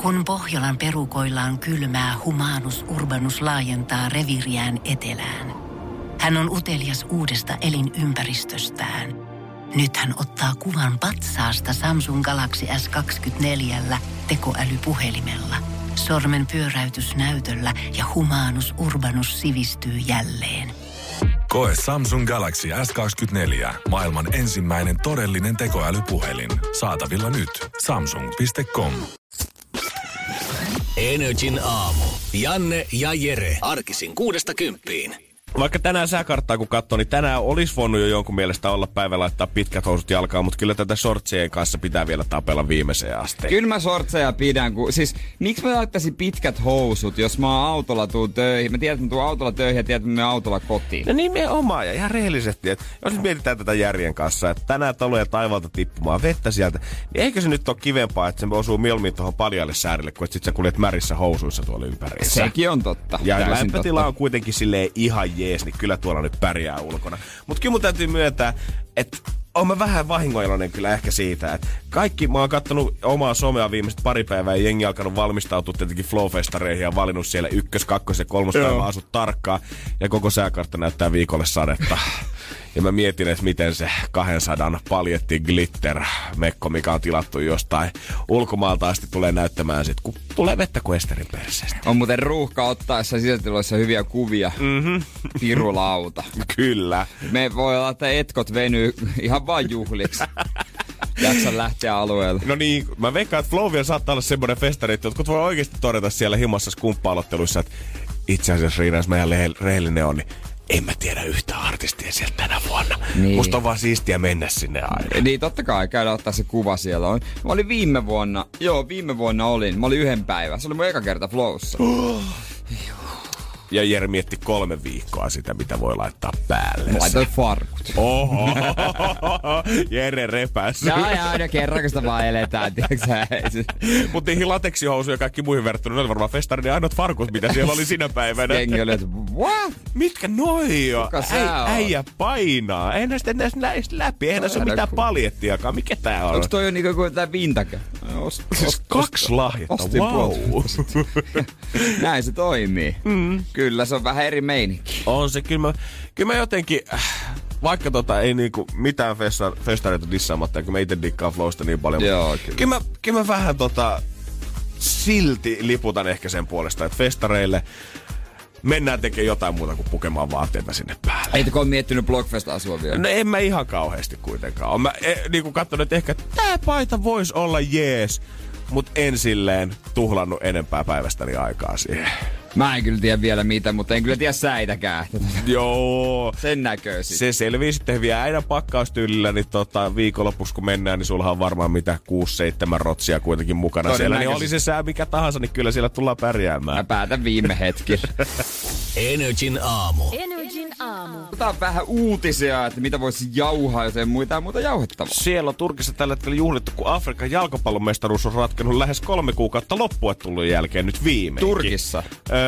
Kun Pohjolan perukoillaan kylmää, Humanus Urbanus laajentaa reviiriään etelään. Hän on utelias uudesta elinympäristöstään. Nyt hän ottaa kuvan patsaasta Samsung Galaxy S24 tekoälypuhelimella. Sormen pyöräytys näytöllä ja Humanus Urbanus sivistyy jälleen. Koe Samsung Galaxy S24. Maailman ensimmäinen todellinen tekoälypuhelin. Saatavilla nyt. Samsung.com. NRJ:n aamu. Janne ja Jere. Arkisin 6–10. Vaikka tänään sääkarttaa kun katsoo, niin tänään olisi voinut jo jonkun mielestä olla päivä laittaa pitkät housut jalkaan, mutta kyllä tätä shortsien kanssa pitää vielä tapella viimeiseen asti. Kyllä mä shortseja pidän, siis miksi mä laittaisin pitkät housut, jos mä autolla tuun töihin? Mä tiedän, että mä tuun autolla töihin ja tiedän, että mä menen autolla kotiin. No nimenomaan ja ihan rehellisesti, että jos nyt mietitään tätä järjen kanssa, että tänään tulee taivaalta tippumaan vettä sieltä, niin eikö se nyt ole kivempaa, että se osuu mieluummin tuohon paljalle säärille, kun sit sä kuljet märissä housuissa tuolla ympäriinsä. Sekin on totta. Ja lämpötila on kuitenkin silleen ihan jees, niin kyllä tuolla nyt pärjää ulkona. Mutta kyllä mun täytyy myöntää, että oon mä vähän vahingoiloinen kyllä ehkä siitä, että mä oon kattonut omaa somea viimeiset pari päivää ja jengi alkanut valmistautua tietenkin Flow-festareihin ja valinnut siellä 1., 2. ja 3. päivä asut tarkkaan ja koko sääkartta näyttää viikolle sadetta. Ja mä mietin, että miten se 200 paljetti glitter-mekko, mikä on tilattu jostain ulkomaalta asti, tulee näyttämään sit, kun tulee vettä kuin Esterin perseestä. On muuten ruuhka ottaessa sisätiloissa hyviä kuvia. Pirulauta. Kyllä. Me voi olla, että etkot venyy ihan vaan juhliksi. Jaksa lähteä alueelle. No niin, mä veikkaan, että Flowvia saattaa olla semmoinen festari, että jotkut voi oikeasti todeta siellä himassa skumppa-aloitteluissa, että itse asiassa Riina, jos mä ihan rehellinen on, niin en mä tiedä yhtä artistia sieltä tänä vuonna. Niin. Musta on vaan siistiä mennä sinne aina. Niin, totta kai käydä ottaa se kuva siellä. Mä olin viime vuonna olin. Mä olin 1 päivän. Se oli mun eka kerta Flowssa. Ja Jere mietti 3 viikkoa sitä, mitä voi laittaa päälle. Mä laitoin farkut. Oho, Jere repäs. Ja kerran, kun sitä vaan eletään, tiiäksä. Mutta niihin lateksihousuja ja kaikki muihin verrattuna, ne oli varmaan festarin ainoat farkut, mitä siellä oli sinä päivänä. Jengi oli, että what? Mitkä noi jo? Äijä painaa. Eihän näistä näistä läpi, eihän näissä ole mitään paljettiakaan. Mikä tää on? Onks toi jo niinku kuin tää vintage? Siis 2 lahjetta, wow. Näin se toimii. Kyllä, se on vähän eri meininki. On se, kyllä mä jotenkin, vaikka ei niinku mitään festareita dissaamatta, kun mä ite dikkaan Flowsta niin paljon. Joo, kyllä mä vähän silti liputan ehkä sen puolesta, että festareille mennään tekemään jotain muuta kuin pukemaan vaatteita sinne päälle. Eikö ole miettinyt Blockfest-asua vielä? No en mä ihan kauheasti kuitenkaan. Mä niinku katsonut, että ehkä tää paita voisi olla jees, mut en silleen tuhlannut enempää päivästäni aikaa siihen. Mä en kyllä tiedä vielä mitä, mutta en kyllä tiedä säitäkään. Joo. Sen näköisesti. Se selvii sitten hyvin äidän pakkaustyylillä, niin viikonlopuksi kun mennään, niin sulla on varmaan 6-7 rotsia kuitenkin mukana siellä. Niin oli se sää mikä tahansa, niin kyllä siellä tullaan pärjäämään. Mä päätän viime hetki. NRJ:n aamu. Otetaan vähän uutisia, että mitä voisi jauhaa, jos ei muuta jauhettavaa. Siellä on Turkissa tällä hetkellä juhlittu, kun Afrikan jalkapallomestaruus on ratkennut lähes 3 kuukautta loppuettelun jälkeen nyt viimeinkin. Turkissa?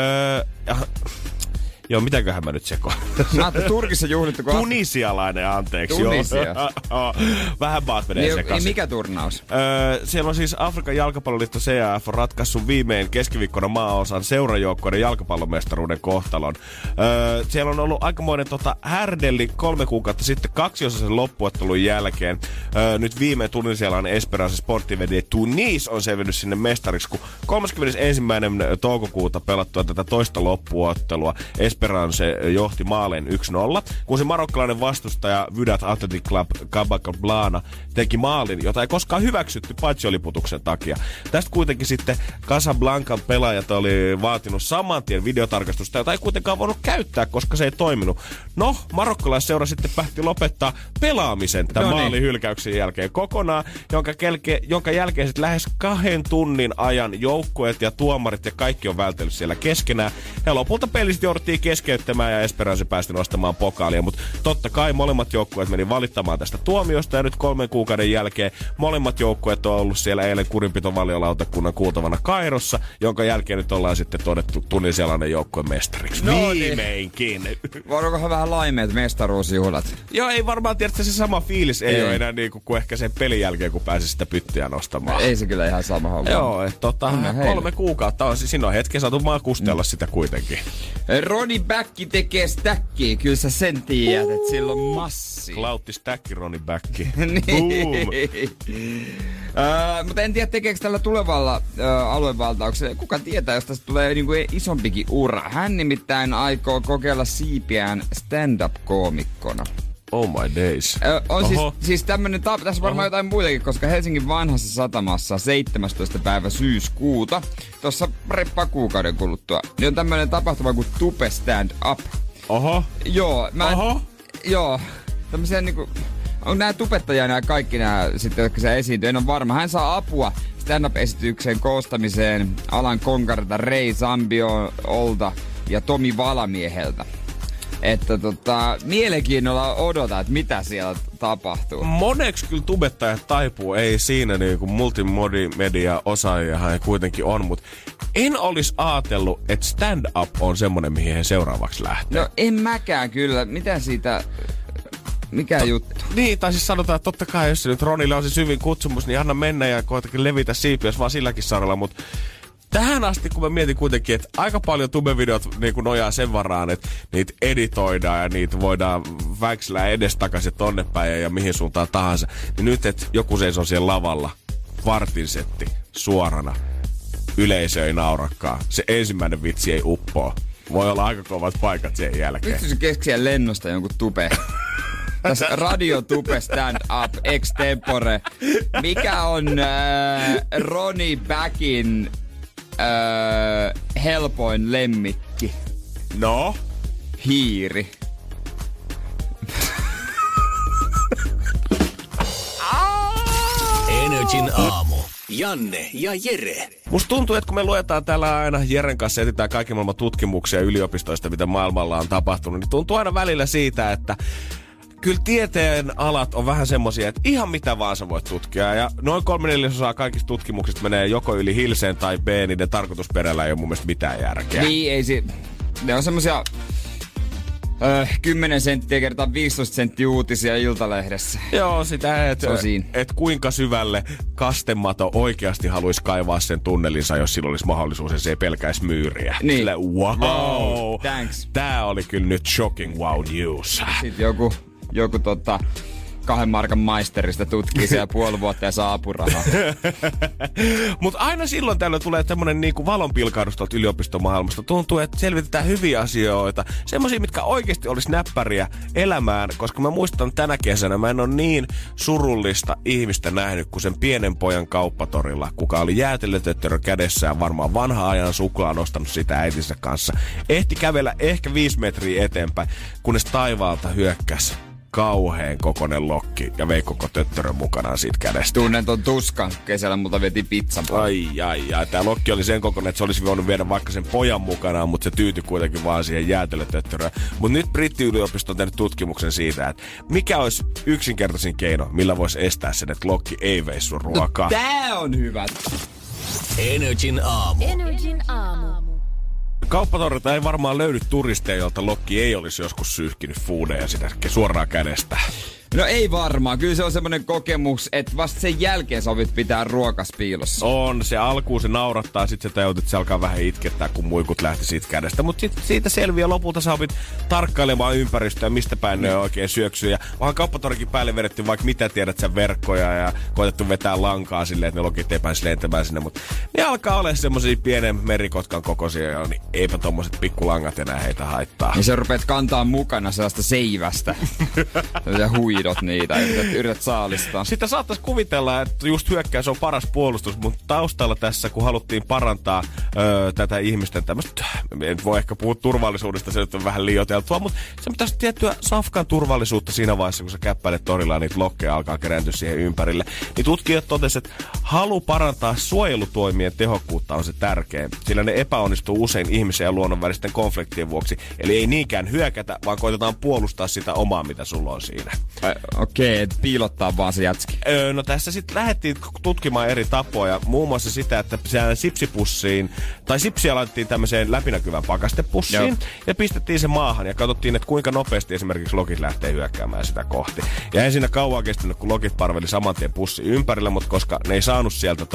Joo, mitäköhän mä nyt sekoan? Mä ajattelin Turkissa juhlittu, kun... Tunisialainen, anteeksi. Tunisia. Vähän maat menee sekaisin. Mikä turnaus? Siellä on siis Afrikan jalkapalloliitto CAF on ratkaissut viimein keskiviikkona maaosan seurajoukkoiden jalkapallomestaruuden kohtalon. Siellä on ollut aikamoinen härdelli 3 kuukautta sitten 2-osaisen loppuottelun jälkeen. Nyt viimein tunisialainen Esperance Sportive de Tunis on selvinnyt sinne mestariksi, kun 31. toukokuuta pelattua tätä toista loppuottelua Esperance johti maaleen 1-0, kun se marokkalainen vastustaja Wydad Athletic Club Casablanca teki maalin, jota ei koskaan hyväksytty patsioliputuksen takia. Tästä kuitenkin sitten Casablancan pelaajat oli vaatinut saman tien videotarkastusta, jota ei kuitenkaan voinut käyttää, koska se ei toiminut. No, marokkalaisseura sitten päätti lopettaa pelaamisen tämän maalin hylkäyksen jälkeen kokonaan, jonka jälkeen sitten lähes 2 tunnin ajan joukkueet ja tuomarit ja kaikki on vältellyt siellä keskenään. Ja lopulta pelistä jouduttiin keskeyttämään ja Esperance päästi nostamaan pokaalia. Mutta totta kai molemmat joukkueet meni valittamaan tästä tuomiosta ja nyt 3 kuukauden jälkeen molemmat joukkueet on ollut siellä eilen kurinpitovaliolautakunnan kuultavana Kairossa, jonka jälkeen nyt ollaan sitten todettu tunisialainen joukkueen mestariksi. Viimeinkin. Voidaankohan vähän laimeet mestaruusjuhlat? Joo, ei varmaan tiedä, että se sama fiilis ei ole enää niinku kuin ehkä sen pelin jälkeen, kun pääsi sitä pyttyä nostamaan. Ei se kyllä ihan sama homma. Joo, että 3 kuukautta on, siinä on hetken saatu maakustella sitä kuitenkin. Ronnie Back tekee stäkkiä, kyllä sä sen tiedät, että sillä on massi. Klautti stäkki Ronnie Back. Mutta en tiedä, tekeekö tällä tulevalla aluevaltauksella. Kuka tietää, jos tästä tulee niinku isompikin ura. Hän nimittäin aikoo kokeilla siipiään stand-up-koomikkona. Oh my days. On siis tämmönen tässä varmaan jotain muitakin, koska Helsingin vanhassa satamassa 17. päivä syyskuuta, tuossa reppaa kuukauden kuluttua, niin on tämmönen tapahtuma kuin Tupe Stand Up. Oho. Joo, joo, tämmösiä niinku, on nää tubettajia nää kaikki nää sitten, jotka se esiintyy, en ole varma. Hän saa apua stand-up-esityksen koostamiseen Alan Konkarilta, Ray Zambiolta ja Tomi Valamieheltä. Että mielenkiinnolla odotan, että mitä siellä tapahtuu. Moneksi kyllä tubettajat taipuu, ei siinä niinku multimedia osaajahan he kuitenkin on, mutta en olisi ajatellut, että stand-up on semmonen, mihin he seuraavaksi lähtee. No en mäkään kyllä. Mitä siitä... Mikä juttu? Niin, tai siis sanotaan, että totta kai, jos se nyt Ronille on siis hyvin kutsumus, niin anna mennä ja koetakin levitä siipiä, jos vaan silläkin saralla, mutta tähän asti, kun mä mietin kuitenkin, että aika paljon tubevideot niin nojaa sen varaan, että niitä editoidaan ja niitä voidaan väikselää edestakaisin tonne päin ja mihin suuntaan tahansa, niin nyt, että joku seisoo siellä lavalla, vartin setti, suorana, yleisö ei naurakaan, se ensimmäinen vitsi ei uppoa. Voi olla aika kovat paikat sen jälkeen. Pystyisi keksiä lennosta jonkun tube? Tässä Radio Tupe Stand Up Extempore. Mikä on Ronnie Backin helpoin lemmikki? No? Hiiri. Energin aamu. Janne ja Jere. Musta tuntuu, että kun me luetaan täällä aina Jeren kanssa, etsitään kaiken maailman tutkimuksia yliopistoista, mitä maailmalla on tapahtunut, niin tuntuu aina välillä siitä, että kyllä tieteen alat on vähän semmosia, että ihan mitä vaan sä voit tutkia. Ja noin 3/4 kaikista tutkimuksista menee joko yli hilseen tai B, niiden tarkoitusperällä ei ole mun mielestä mitään järkeä. Niin, ei se... Ne on semmosia 10 senttiä kertaa 15 senttiä uutisia Iltalehdessä. Joo, sitä, että kuinka syvälle kastemato oikeasti haluaisi kaivaa sen tunnelinsa, jos sillä olisi mahdollisuus ja se ei pelkäisi myyriä. Niin. Sillä, wow. Thanks. Tää oli kyllä nyt shocking wow news. Sitten joku 2 markan maisterista tutkii siellä puoli vuotta ja saa apurahaa. Mutta aina silloin tällöin tulee tämmönen niinku valonpilkahdus tuolta yliopistomaailmasta. Tuntuu, että selvitetään hyviä asioita. Semmosia, mitkä oikeasti olisi näppäriä elämään. Koska mä muistan tänä kesänä, mä en ole niin surullista ihmistä nähnyt kuin sen pienen pojan kauppatorilla, kuka oli jäätelötöttörö kädessään, varmaan vanha ajan suklaa nostanut sitä äitinsä kanssa. Ehti kävellä ehkä 5 metriä eteenpäin, kunnes taivaalta hyökkäsi kauheen kokoinen lokki ja vei koko töttörön mukanaan siitä kädestä. Tunnen ton tuskan. Kesällä multa veti pizzan. Ai. Tää lokki oli sen kokoinen, että se olisi voinut viedä vaikka sen pojan mukanaan, mutta se tyyti kuitenkin vaan siihen jäätelötöttöröön. Mutta nyt Brittiyliopisto on tehnyt tutkimuksen siitä, että mikä olisi yksinkertaisin keino, millä voisi estää sen, että lokki ei veisi sun ruokaa. No, tää on hyvä. Energin aamu. Kauppatorilta ei varmaan löydy turisteja, jolta lokki ei olisi joskus syyhkinyt foodeja sitä suoraan kädestä. No ei varmaan. Kyllä se on semmoinen kokemus, että vasta sen jälkeen sä opit pitää ruokas piilossa. On. Se alkuun se naurattaa, sit se tajut, että se alkaa vähän itkettää, kun muikut lähti siitä kädestä. Mutta siitä selviää lopulta sä opit tarkkailemaan ympäristöä, mistä päin ne oikein syöksyy. Ja onhan kauppatorikin päälle vedetty vaikka mitä tiedät sä verkkoja ja koetettu vetää lankaa silleen, että ne lokit ei pääisi lentämään sinne. Mutta ne alkaa olla semmosia pienen merikotkan kokoisia, niin eipä tommoset pikkulangat enää heitä haittaa. Ja sä rupeat kantaa mukana sellaista seivästä. Ja huidot niitä ja yrität saalistaa. Sitä saattaisi kuvitella, että just hyökkäys on paras puolustus, mutta taustalla tässä, kun haluttiin parantaa tätä ihmisten tämmöistä, en voi ehkä puhua turvallisuudesta, se nyt on vähän liioiteltua, mutta se pitäisi tiettyä safkan turvallisuutta siinä vaiheessa, kun sä käppäilet torilla ja niitä lokkeja alkaa kerääntyä siihen ympärille. Niin tutkijat totesivat, että halu parantaa suojelutoimien tehokkuutta on se tärkein, sillä ne epäonnistuu usein ihmisen ja luonnon välisten konfliktien vuoksi. Eli ei niinkään hyökätä, vaan koitetaan puolustaa sitä omaa, mitä sulla on siinä. Okei, että piilottaa vaan se jätski. No tässä sitten lähdettiin tutkimaan eri tapoja, muun muassa sitä, että sipsipussiin, tai sipsiä laitettiin tämmöiseen läpinäkyvään pakastepussiin, ja pistettiin se maahan, ja katsottiin, että kuinka nopeasti esimerkiksi lokit lähtee hyökkäämään sitä kohti. Ja ei siinä kauan kestänyt, kun lokit parveli saman tien pussi ympärillä, mutta koska ne ei saanut sieltä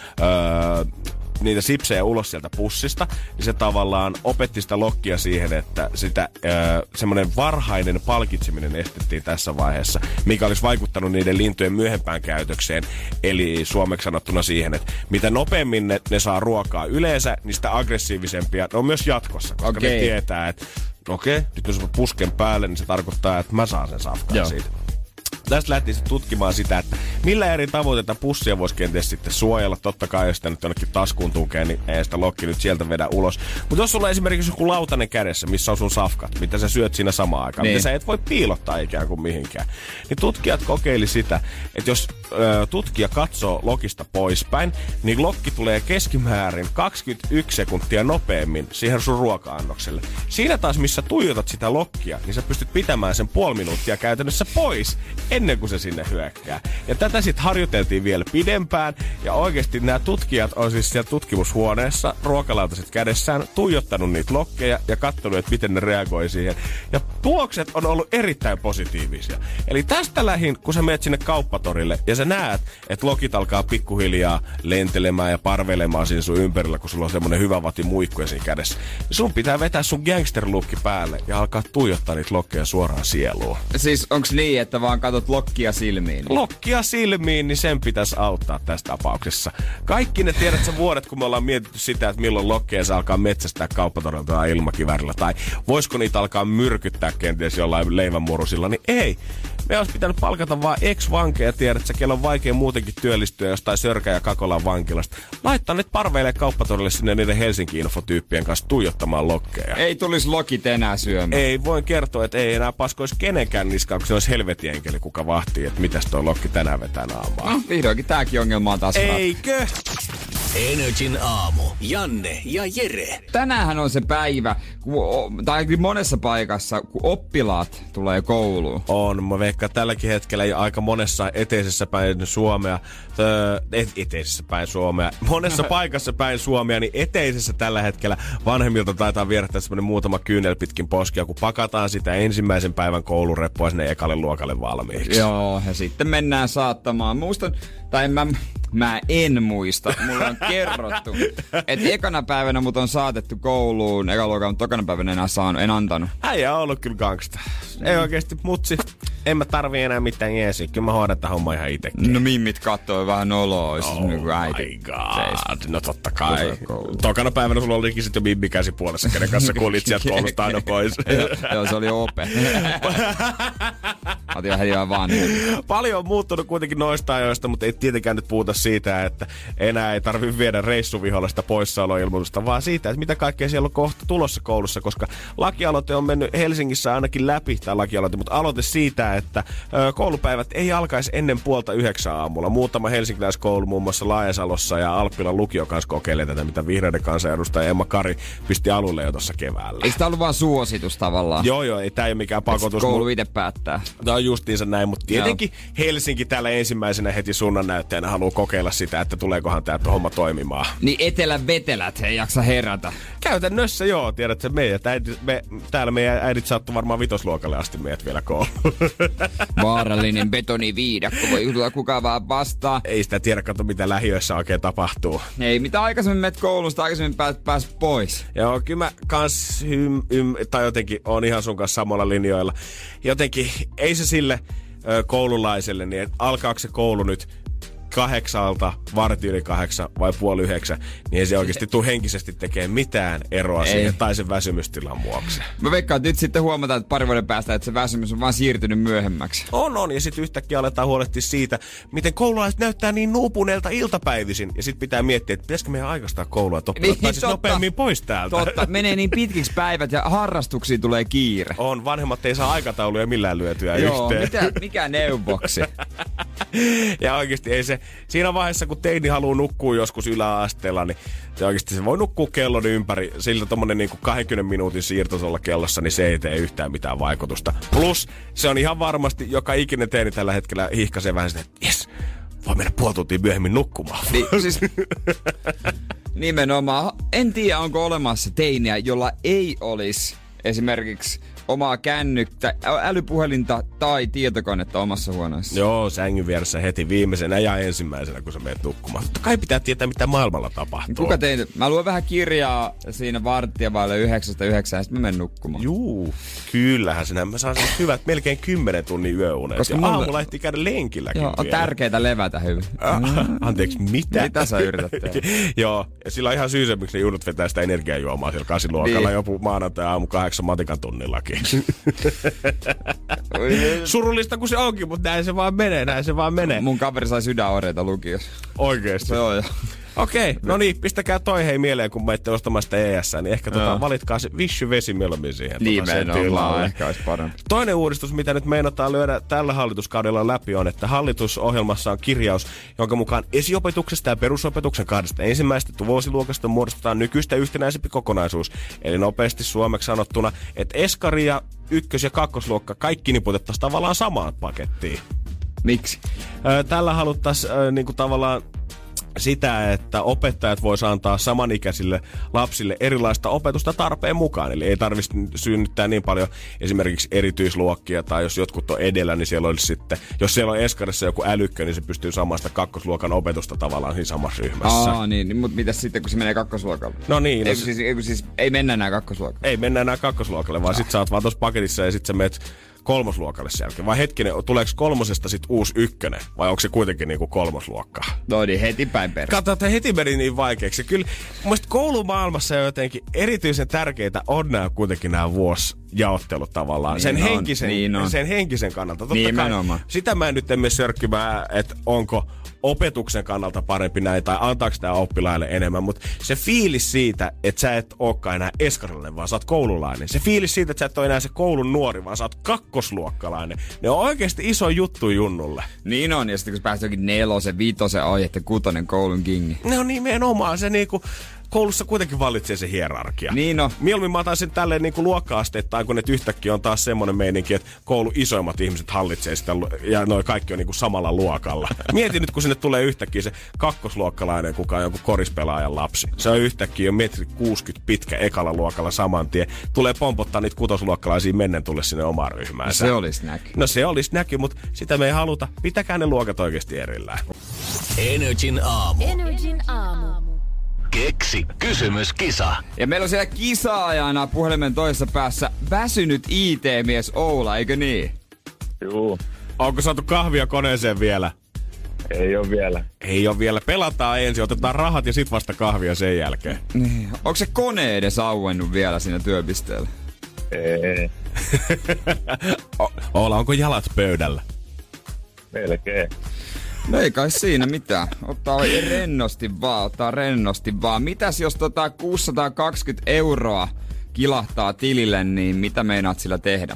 niitä sipsejä ulos sieltä pussista, niin se tavallaan opetti sitä lokkia siihen, että sitä semmoinen varhainen palkitseminen estettiin tässä vaiheessa, mikä olisi vaikuttanut niiden lintujen myöhempään käytökseen. Eli suomeksi sanottuna siihen, että mitä nopeammin ne saa ruokaa yleensä, niin sitä aggressiivisempia ne on myös jatkossa, koska ne tietää, että nyt jos mä pusken päälle, niin se tarkoittaa, että mä saan sen safkan siitä. Tästä lähtiin sitten tutkimaan sitä, että millä eri tavoin tätä pussia voisi kenties sitten suojella. Totta kai, jos sitä nyt jonnekin taskuun tunkee, niin ei sitä lokki nyt sieltä vedä ulos. Mutta jos sulla on esimerkiksi joku lautanen kädessä, missä on sun safkat, mitä sä syöt siinä samaan aikaan, mitä sä et voi piilottaa ikään kuin mihinkään, niin tutkijat kokeili sitä, että jos tutkija katsoo lokista poispäin, niin lokki tulee keskimäärin 21 sekuntia nopeammin siihen sun ruoka-annokselle. Siinä taas, missä tuijotat sitä lokkia, niin sä pystyt pitämään sen puoli minuuttia käytännössä pois ennen kuin se sinne hyökkää. Ja tätä sitten harjoiteltiin vielä pidempään, ja oikeasti nämä tutkijat on siis siellä tutkimushuoneessa ruokalautaset kädessään tuijottanut niitä lokkeja ja katsonut, että miten ne reagoi siihen. Ja tulokset on ollut erittäin positiivisia. Eli tästä lähin, kun sä menet sinne kauppatorille ja sä näet, että lokit alkaa pikkuhiljaa lentelemään ja parvelemaan siinä sun ympärillä, kun sulla on semmonen hyvä vati muikkuja siinä kädessä. Ja sun pitää vetää sun gangsterlukki päälle ja alkaa tuijottaa niitä lokkeja suoraan sieluun. Siis onks niin, että vaan katot lokkia silmiin? Lokkia silmiin, niin sen pitäisi auttaa tässä tapauksessa. Kaikki ne tiedät sä vuodet, kun me ollaan mietitty sitä, että milloin lokkeja saa alkaa metsästää kauppatorilta tai ilmakivärillä, tai voisiko niitä alkaa myrkyttää kenties jollain leivänmurusilla, niin ei. Me olisi pitänyt palkata vaan ex-vankeja, tiedät sä, kello on vaikea muutenkin työllistyä jostain Sörkä- ja Kakolan vankilasta. Laittaa nyt parveille kauppatorille sinne niiden Helsinki-infotyyppien kanssa tuijottamaan lokkeja. Ei tulisi lokit enää syömään. Ei, voin kertoa, että ei enää paskoisi kenenkään niskaan, kun se olisi helvetin enkeli, kuka vahtii, että mitäs toi lokki tänään vetää naamaa. No, vihdoinkin tääkin ongelma on taas Eikö? Energin aamu. Janne ja Jere. Tänäänhän on se päivä, tai monessa paikassa, kun oppilaat tulee kouluun. On, mä veikkaan tälläkin hetkellä jo aika monessa eteisessä päin Suomea, monessa paikassa päin Suomea, niin eteisessä tällä hetkellä vanhemmilta taitaa vierähtää semmoinen muutama kyynel pitkin poskia, kun pakataan sitä ensimmäisen päivän koulureppua sinne ekalle luokalle valmiiksi. Joo, ja sitten mennään saattamaan. Muistan, tai mä en muista, mulla on kerrottu, että ekana päivänä mut on saatettu kouluun, ekaluokan, mutta tokana päivänä en antanut. Äijä on ollut kyllä gangsta. Ei oikeesti, mutsi. En mä tarvii enää mitään jeesiä. Kyllä mä hoidan tämän homman ihan itekin. No mimmit kattoo vähän noloa. Oh my god. No totta kai. Tokana päivänä sulla olikin sit jo mimmi käsi puolessa, kenen kanssa kuulit sieltä koulusta aina pois. Joo, se oli ope. Otin vähän vaan. Paljon on muuttunut kuitenkin noista ajoista, mutta ei tietenkään nyt puhuta siitä, että enää ei tarvitse viedä reissuvihollista poissaoloilmoitusta, vaan siitä, että mitä kaikkea siellä on kohta tulossa koulussa, koska lakialoite on mennyt Helsingissä ainakin läpi, tämä lakialoite, mutta aloite siitä, että koulupäivät ei alkaisi ennen 8:30 aamulla. Muutama helsinkiläiskoulu muun muassa Laajasalossa ja Alppilan lukio kanssa kokeilee tätä, mitä vihreiden kansanedustaja Emma Kari pisti alulle jo tuossa keväällä. Eikö tämä ollut vaan suositus tavallaan? Joo, ei tämä ei ole mikään pakotus. Koulu itse päättää. Tämä on justiinsa näin, mutta tietenkin Helsinki täällä ensimmäisenä heti suunnannäyttäjänä haluaa kokeilla sitä, että tuleekohan tämä homma toimimaan. Niin etelän vetelät ei jaksa herätä. Käytännössä joo, tiedätkö, täällä meidän äidit saattoi varmaan 5. luokalle asti meidät vielä kouluun. Vaarallinen betoniviidakko, voi tulla kukaan vaan vastaan. Ei sitä tiedä, kato mitä lähiöissä oikein tapahtuu. Ei, mitä aikaisemmin menet koulusta, aikaisemmin pääset pois. Joo, kyllä mä kans tai jotenkin on ihan sun kanssa samalla linjoilla. Jotenkin ei se sille koululaiselle, niin että alkaako se koulu nyt 8:00, 8:15 vai 8:30, niin ei se oikeasti tule henkisesti tekemään mitään eroa siihen tai sen väsymystilan vuoksi. Mä veikkaan, että nyt sitten huomataan, että parin vuoden päästä, että se väsymys on vaan siirtynyt myöhemmäksi. On, ja sitten yhtäkkiä aletaan huolehtia siitä, miten koululaiset näyttää niin nuupuneelta iltapäivisin. Ja sitten pitää miettiä, että pitäisikö meidän aikaistaa koulua, että oppilaat pääsisi nopeammin pois täältä. Totta, menee niin pitkiksi päivät ja harrastuksiin tulee kiire. On, vanhemmat ei saa aikatauluja millään lyötyä Joo, yhteen. mikä neuvoksi? Ja oikeasti ei se, siinä vaiheessa kun teini haluaa nukkua joskus yläasteella, niin se voi nukkua kellon ympäri. Siltä tommonen niinku 20 minuutin siirto tuolla kellossa, niin se ei tee yhtään mitään vaikutusta. Plus, se on ihan varmasti, joka ikinen teini tällä hetkellä hihkaisee vähän sitä, että jes, voi mennä puoli tuntia myöhemmin nukkumaan. Niin, siis nimenomaan. En tiedä, onko olemassa teiniä, jolla ei olisi esimerkiksi omaa älypuhelinta tai tietokonetta omassa huoneessa. Joo, sängyn vieressä heti viimeisenä ja ensimmäisenä, kun sä menet nukkumaan. Totta kai pitää tietää, mitä maailmalla tapahtuu. Kuka tein? Mä luen vähän kirjaa siinä 8:15 ja sitten mä menen nukkumaan. Juu, kyllähän sinä. Mä saan hyvät melkein 10 tunnin yöunet. Koska ja aamulla ehtii käydä lenkilläkin. Joo, on vielä. Tärkeää levätä hyvin. Anteeksi, mitä? Mitä sä yrität tehdä? Joo, ja sillä on ihan syy se, miksi ne junut vetää sitä energiajuomaa siellä 8-luokalla niin. joku maanantai aamu 8 matikan tunnillakin. Surullista kuin se onkin, mutta näin se vaan menee. Mun kaveri sai sydänoireita lukiossa. Oikeesti? Joo. Okei, no niin, pistäkää toi hei mieleen, kun menette ostamaan sitä ES, niin ehkä valitkaa se Vichy-vesi mieluummin siihen. Nimenomaan, ehkä olisi parempi. Toinen uudistus, mitä nyt meinataan lyödä tällä hallituskaudella läpi, on, että hallitusohjelmassa on kirjaus, jonka mukaan esiopetuksesta ja perusopetuksen 2 ensimmäisestä vuosiluokasta muodostetaan nykyistä yhtenäisempi kokonaisuus. Eli nopeasti suomeksi sanottuna, että eskari ja ykkös- ja kakkosluokka kaikki niputettaisiin tavallaan samaan pakettiin. Miksi? Tällä haluttaisiin niinku tavallaan sitä, että opettajat vois antaa samanikäisille lapsille erilaista opetusta tarpeen mukaan. Eli ei tarvitsisi synnyttää niin paljon esimerkiksi erityisluokkia, tai jos jotkut on edellä, niin siellä olisi sitten, jos siellä on eskarissa joku älykkö, niin se pystyy samasta kakkosluokan opetusta tavallaan siinä samassa ryhmässä. Niin, mutta mitäs sitten, kun se menee kakkosluokalle? No niin. Siis ei mennä enää kakkosluokalle? Ei mennä enää kakkosluokalle, vaan sit sä oot vaan tuossa paketissa ja sit sä meet kolmosluokalle sen jälkeen. Vai hetkinen, tuleeko kolmosesta sit uusi ykkönen? Vai onko se kuitenkin niinku kolmosluokkaa? No niin, heti päin perään. Katso, että heti meni niin vaikeaksi. Kyllä mun mielestä koulumaailmassa jotenkin erityisen tärkeitä on kuitenkin nämä vuosijaottelut tavallaan. Niin sen henkisen kannalta. Totta nimenomaan. Kai, sitä mä en nyt emme sörkkimään, että onko opetuksen kannalta parempi näin, tai antaako tämä oppilaille enemmän, mutta se fiilis siitä, että sä et olekaan enää eskarillinen, vaan sä oot koululainen. Se fiilis siitä, että sä et ole enää se koulun nuori, vaan sä oot kakkosluokkalainen. Ne on oikeasti iso juttu junnulle. Niin on, ja sitten kun sä pääset jokin 4, 5, ja 6 koulun kingi. Ne on nimenomaan se niinku, koulussa kuitenkin vallitsee se hierarkia. Niin no. Mieluummin mä otaisin tälleen niinku luokka-asteittain, kun nyt yhtäkkiä on taas semmonen meininki, että koulu isoimmat ihmiset hallitsee sitä ja noi kaikki on niinku samalla luokalla. Mieti nyt, kun sinne tulee yhtäkkiä se kakkosluokkalainen, kuka on joku korispelaajan lapsi. Se on yhtäkkiä jo 1,60 metriä pitkä ekalla luokalla saman tien. Tulee pompottaa niitä kutosluokkalaisia mennen tulle sinne omaan ryhmään. Se olisi näky. No se olisi näky, mutta sitä me ei haluta. Pitäkää ne luokat oikeasti erillään. Energin aamu. Energin aamu. Keksi kysymyskisa. Ja meillä on siellä kisaajana puhelimen toisessa päässä väsynyt IT-mies Oula, eikö niin? Juu. Onko saatu kahvia koneeseen vielä? Ei ole vielä. Ei ole vielä. Pelataan ensin, otetaan rahat ja sit vasta kahvia sen jälkeen. Niin. Onko se kone edes auennut vielä siinä työpisteellä? Ei. Oula, onko jalat pöydällä? Melkein. No ei kai siinä mitään. Ottaa rennosti vaan. Mitäs jos 620 € kilahtaa tilille, niin mitä meinaat sillä tehdä?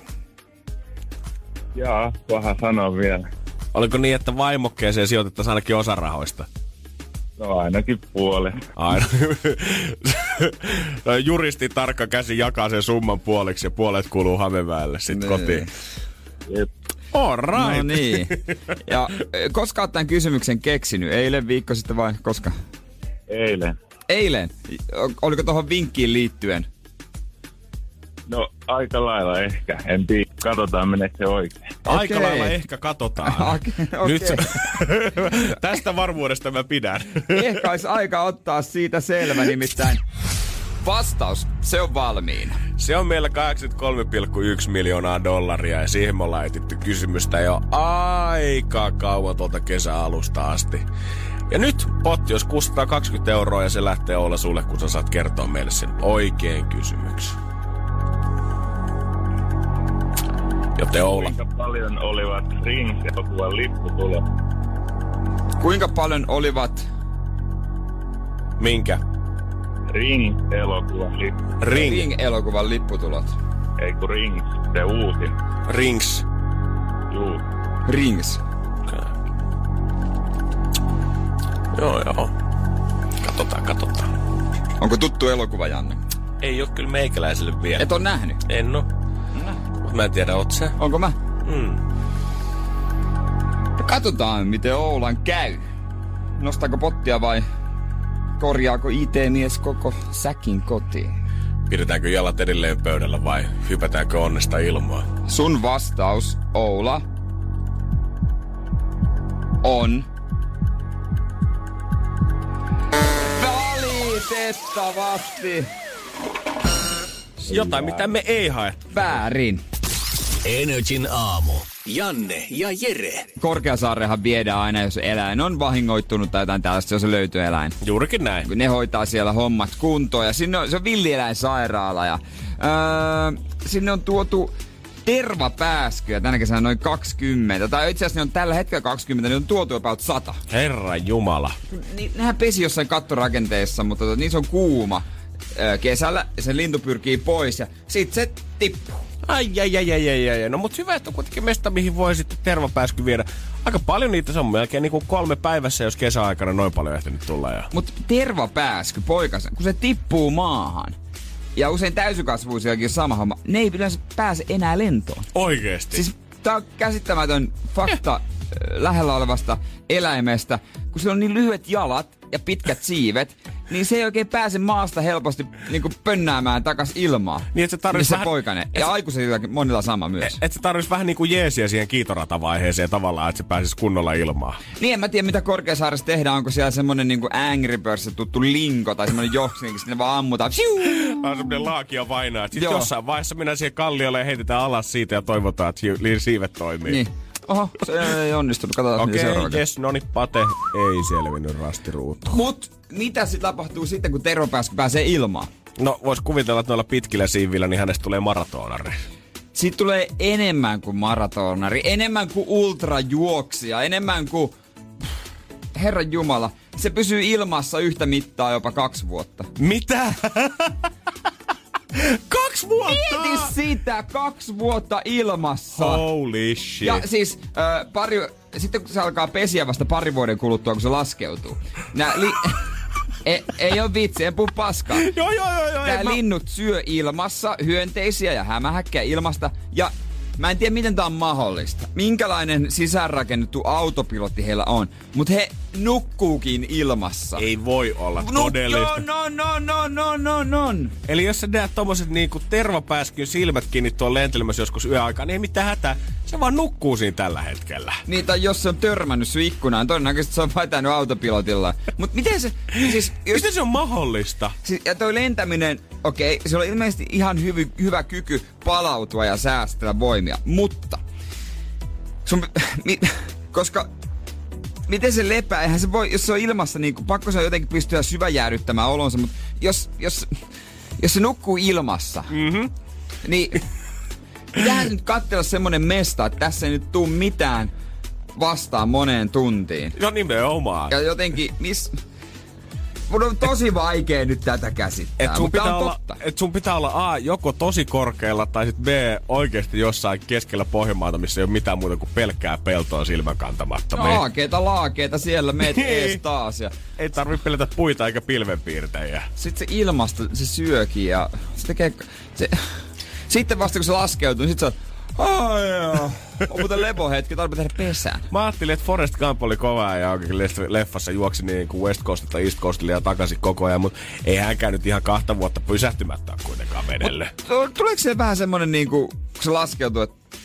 Jaa, paha sanoa vielä. Oliko niin, että vaimokkeeseen sijoitettaisiin ainakin osa rahoista? No ainakin puolen. Aina. Juristi tarkka käsi jakaa sen summan puoliksi ja puolet kuuluu Hameväelle sitten kotiin. Jep. All right. No niin. Ja koska oot tämän kysymyksen keksinyt? Eilen, viikko sitten vai koska? Eilen. Eilen? Oliko tuohon vinkkiin liittyen? No aika lailla ehkä. En tiedä. Katsotaan meneekö se oikein. Aika lailla ehkä katsotaan. Okay. Nyt se, tästä varmuudesta mä pidän. Ehkä olisi aika ottaa siitä selvä, nimittäin vastaus, se on valmiina. Se on meillä $83,1 miljoonaa ja siihen me ollaan etitty kysymystä jo aika kauan tuolta kesäalusta asti. Ja nyt potti olisi 620 € ja se lähtee olla sulle, kun sä saat kertoa meille sen oikein kysymyksen. Joten Oula. Kuinka paljon olivat Rings-elokuvan lipputulot? Kuinka paljon olivat... Minkä? Ring-elokuvan lipputulot. Ring-elokuvan lipputulot. Ei kun Rings, se uusin. Rings. Juu. Rings. Okay. Joo. Katsotaan. Onko tuttu elokuva, Janne? Ei oo kyllä meikäläiselle vielä. Et oo nähnyt? En oo. Mut mä en tiedä, oot sä? Onko mä? Katsotaan, miten Oulan käy. Nostaako pottia vai korjaako IT-mies koko säkin kotiin? Pidetäänkö jalat edelleen pöydällä vai hypätäänkö onnesta ilmaan? Sun vastaus, Oula, on... Valitettavasti Jotain, mitä me ei hae. väärin. Energin aamu. Janne ja Jere. Korkeasaareenhan viedään aina, jos eläin on vahingoittunut tai jotain tällaista, jos se löytyy eläin. Juurikin näin. Ne hoitaa siellä hommat kuntoon ja se on villieläinsairaala ja sinne on tuotu tervapääskyjä tänä kesänä noin 20. Tai itse asiassa ne on tällä hetkellä 20, ne on tuotu about 100. Herran jumala. Nehän pesi jossain kattorakenteessa, mutta niissä on kuuma kesällä ja se lintu pyrkii pois ja sit se tippuu. Ai. No mut hyvä, että on kuitenkin mesta, mihin voi sitten tervapääsky viedä. Aika paljon niitä, se on melkein niinku 3 päivässä, jos kesäaikana noin paljon ehtinyt tulla. Mut tervapääsky, poikasen, kun se tippuu maahan, ja usein täysikasvuisiakin sama homma, ne ei yleensä pääse enää lentoon. Oikeesti? Siis tää on käsittämätön fakta lähellä olevasta eläimestä, kun sillä on niin lyhyet jalat ja pitkät siivet, niin se ei oikein pääse maasta helposti niinku pönnäämään takas ilmaa. Niin, että se tarvitsisi vähän... poikainen. Ja aikuisillakin monilla sama myös. Että se tarvitsisi vähän niinku jeesiä siihen kiitoratavaiheeseen tavallaan, että se pääsisi kunnolla ilmaan. Niin, en mä tiedä mitä Korkeasaaressa tehdään. Onko siellä semmonen niinku Angry Birds tuttu linko tai semmonen johsinkin, sinne vaan ammutaan. On semmonen laakia vainaa. Sitten jossain vaiheessa mennään siihen kalliolle ja heitetään alas siitä ja toivotaan, että siivet toimii. Niin. Oho, se ei onnistunut. Katsotaan seuraavaksi. Okei, jes, noni, Pate ei selvinnyt rastiruutuun. Mut mitä sit tapahtuu sitten, kun tervapääsky pääsee ilmaan? No, vois kuvitella, että noilla pitkillä siivillä, niin hänestä tulee maratonari. Siitä tulee enemmän kuin maratonari, enemmän kuin ultrajuoksija, enemmän kuin... Herran Jumala, se pysyy ilmassa yhtä mittaa jopa 2 vuotta. Mitä? 2 vuotta? Mieti sitä, 2 vuotta ilmassa. Holy shit. Ja siis sitten kun se alkaa pesiä vasta 2 vuoden kuluttua, kun se laskeutuu. Ei oo vitsi, en puhu paskaa. Joo. Tää linnut syö ilmassa hyönteisiä ja hämähäkkejä ilmasta. Ja mä en tiedä, miten tää on mahdollista. Minkälainen sisäänrakennettu autopilotti heillä on. Mut he nukkuukin ilmassa. Ei voi olla todellista. No. Eli jos sä näet tommoset niinku tervapääskyn silmät kiinni tuon lentelemässä joskus yöaikaan, niin ei mitään hätää. Se vaan nukkuu siinä tällä hetkellä. Niin, tai jos se on törmännyt sun ikkunaan, todennäköisesti se on vetänyt autopilotilla. Mut miten se... Siis, miten se on mahdollista? Siis, ja toi lentäminen, okei, se on ilmeisesti ihan hyvä kyky palautua ja säästellä voimia. Mutta... koska... Miten se lepää? Eihän se voi, jos se on ilmassa, niin pakko se on jotenkin pystyä syväjäädyttämään olonsa, mutta jos se nukkuu ilmassa, niin mitähän nyt katsella semmonen mesta, että tässä ei nyt tuu mitään vastaan moneen tuntiin. No nimenomaan. Ja jotenkin, mun on tosi vaikea nyt tätä käsittää, sun pitää olla A, joko tosi korkealla, tai sit B, oikeesti jossain keskellä Pohjanmaata, missä ei ole mitään muuta kuin pelkkää peltoa silmän kantamatta. Laakeita siellä, meet ees taas. Ja ei tarvi pelätä puita eikä pilvenpiirtejä. Sitten se ilmasta, se syökin ja se tekee... Sitten vasta kun se laskeutuu, niin sit se on... on muuten lepohetki, tarvitsee tehdä pesään. Mä ajattelin, että Forrest Gump oli kova ja oikein leffassa juoksi niin kuin West Coastilla East Coastille ja takaisin koko ajan, mutta ei hänkään nyt ihan 2 vuotta pysähtymättä kuitenkaan vedelle. Tuleeko se vähän semmonen niinku, kun se laskeutuu, että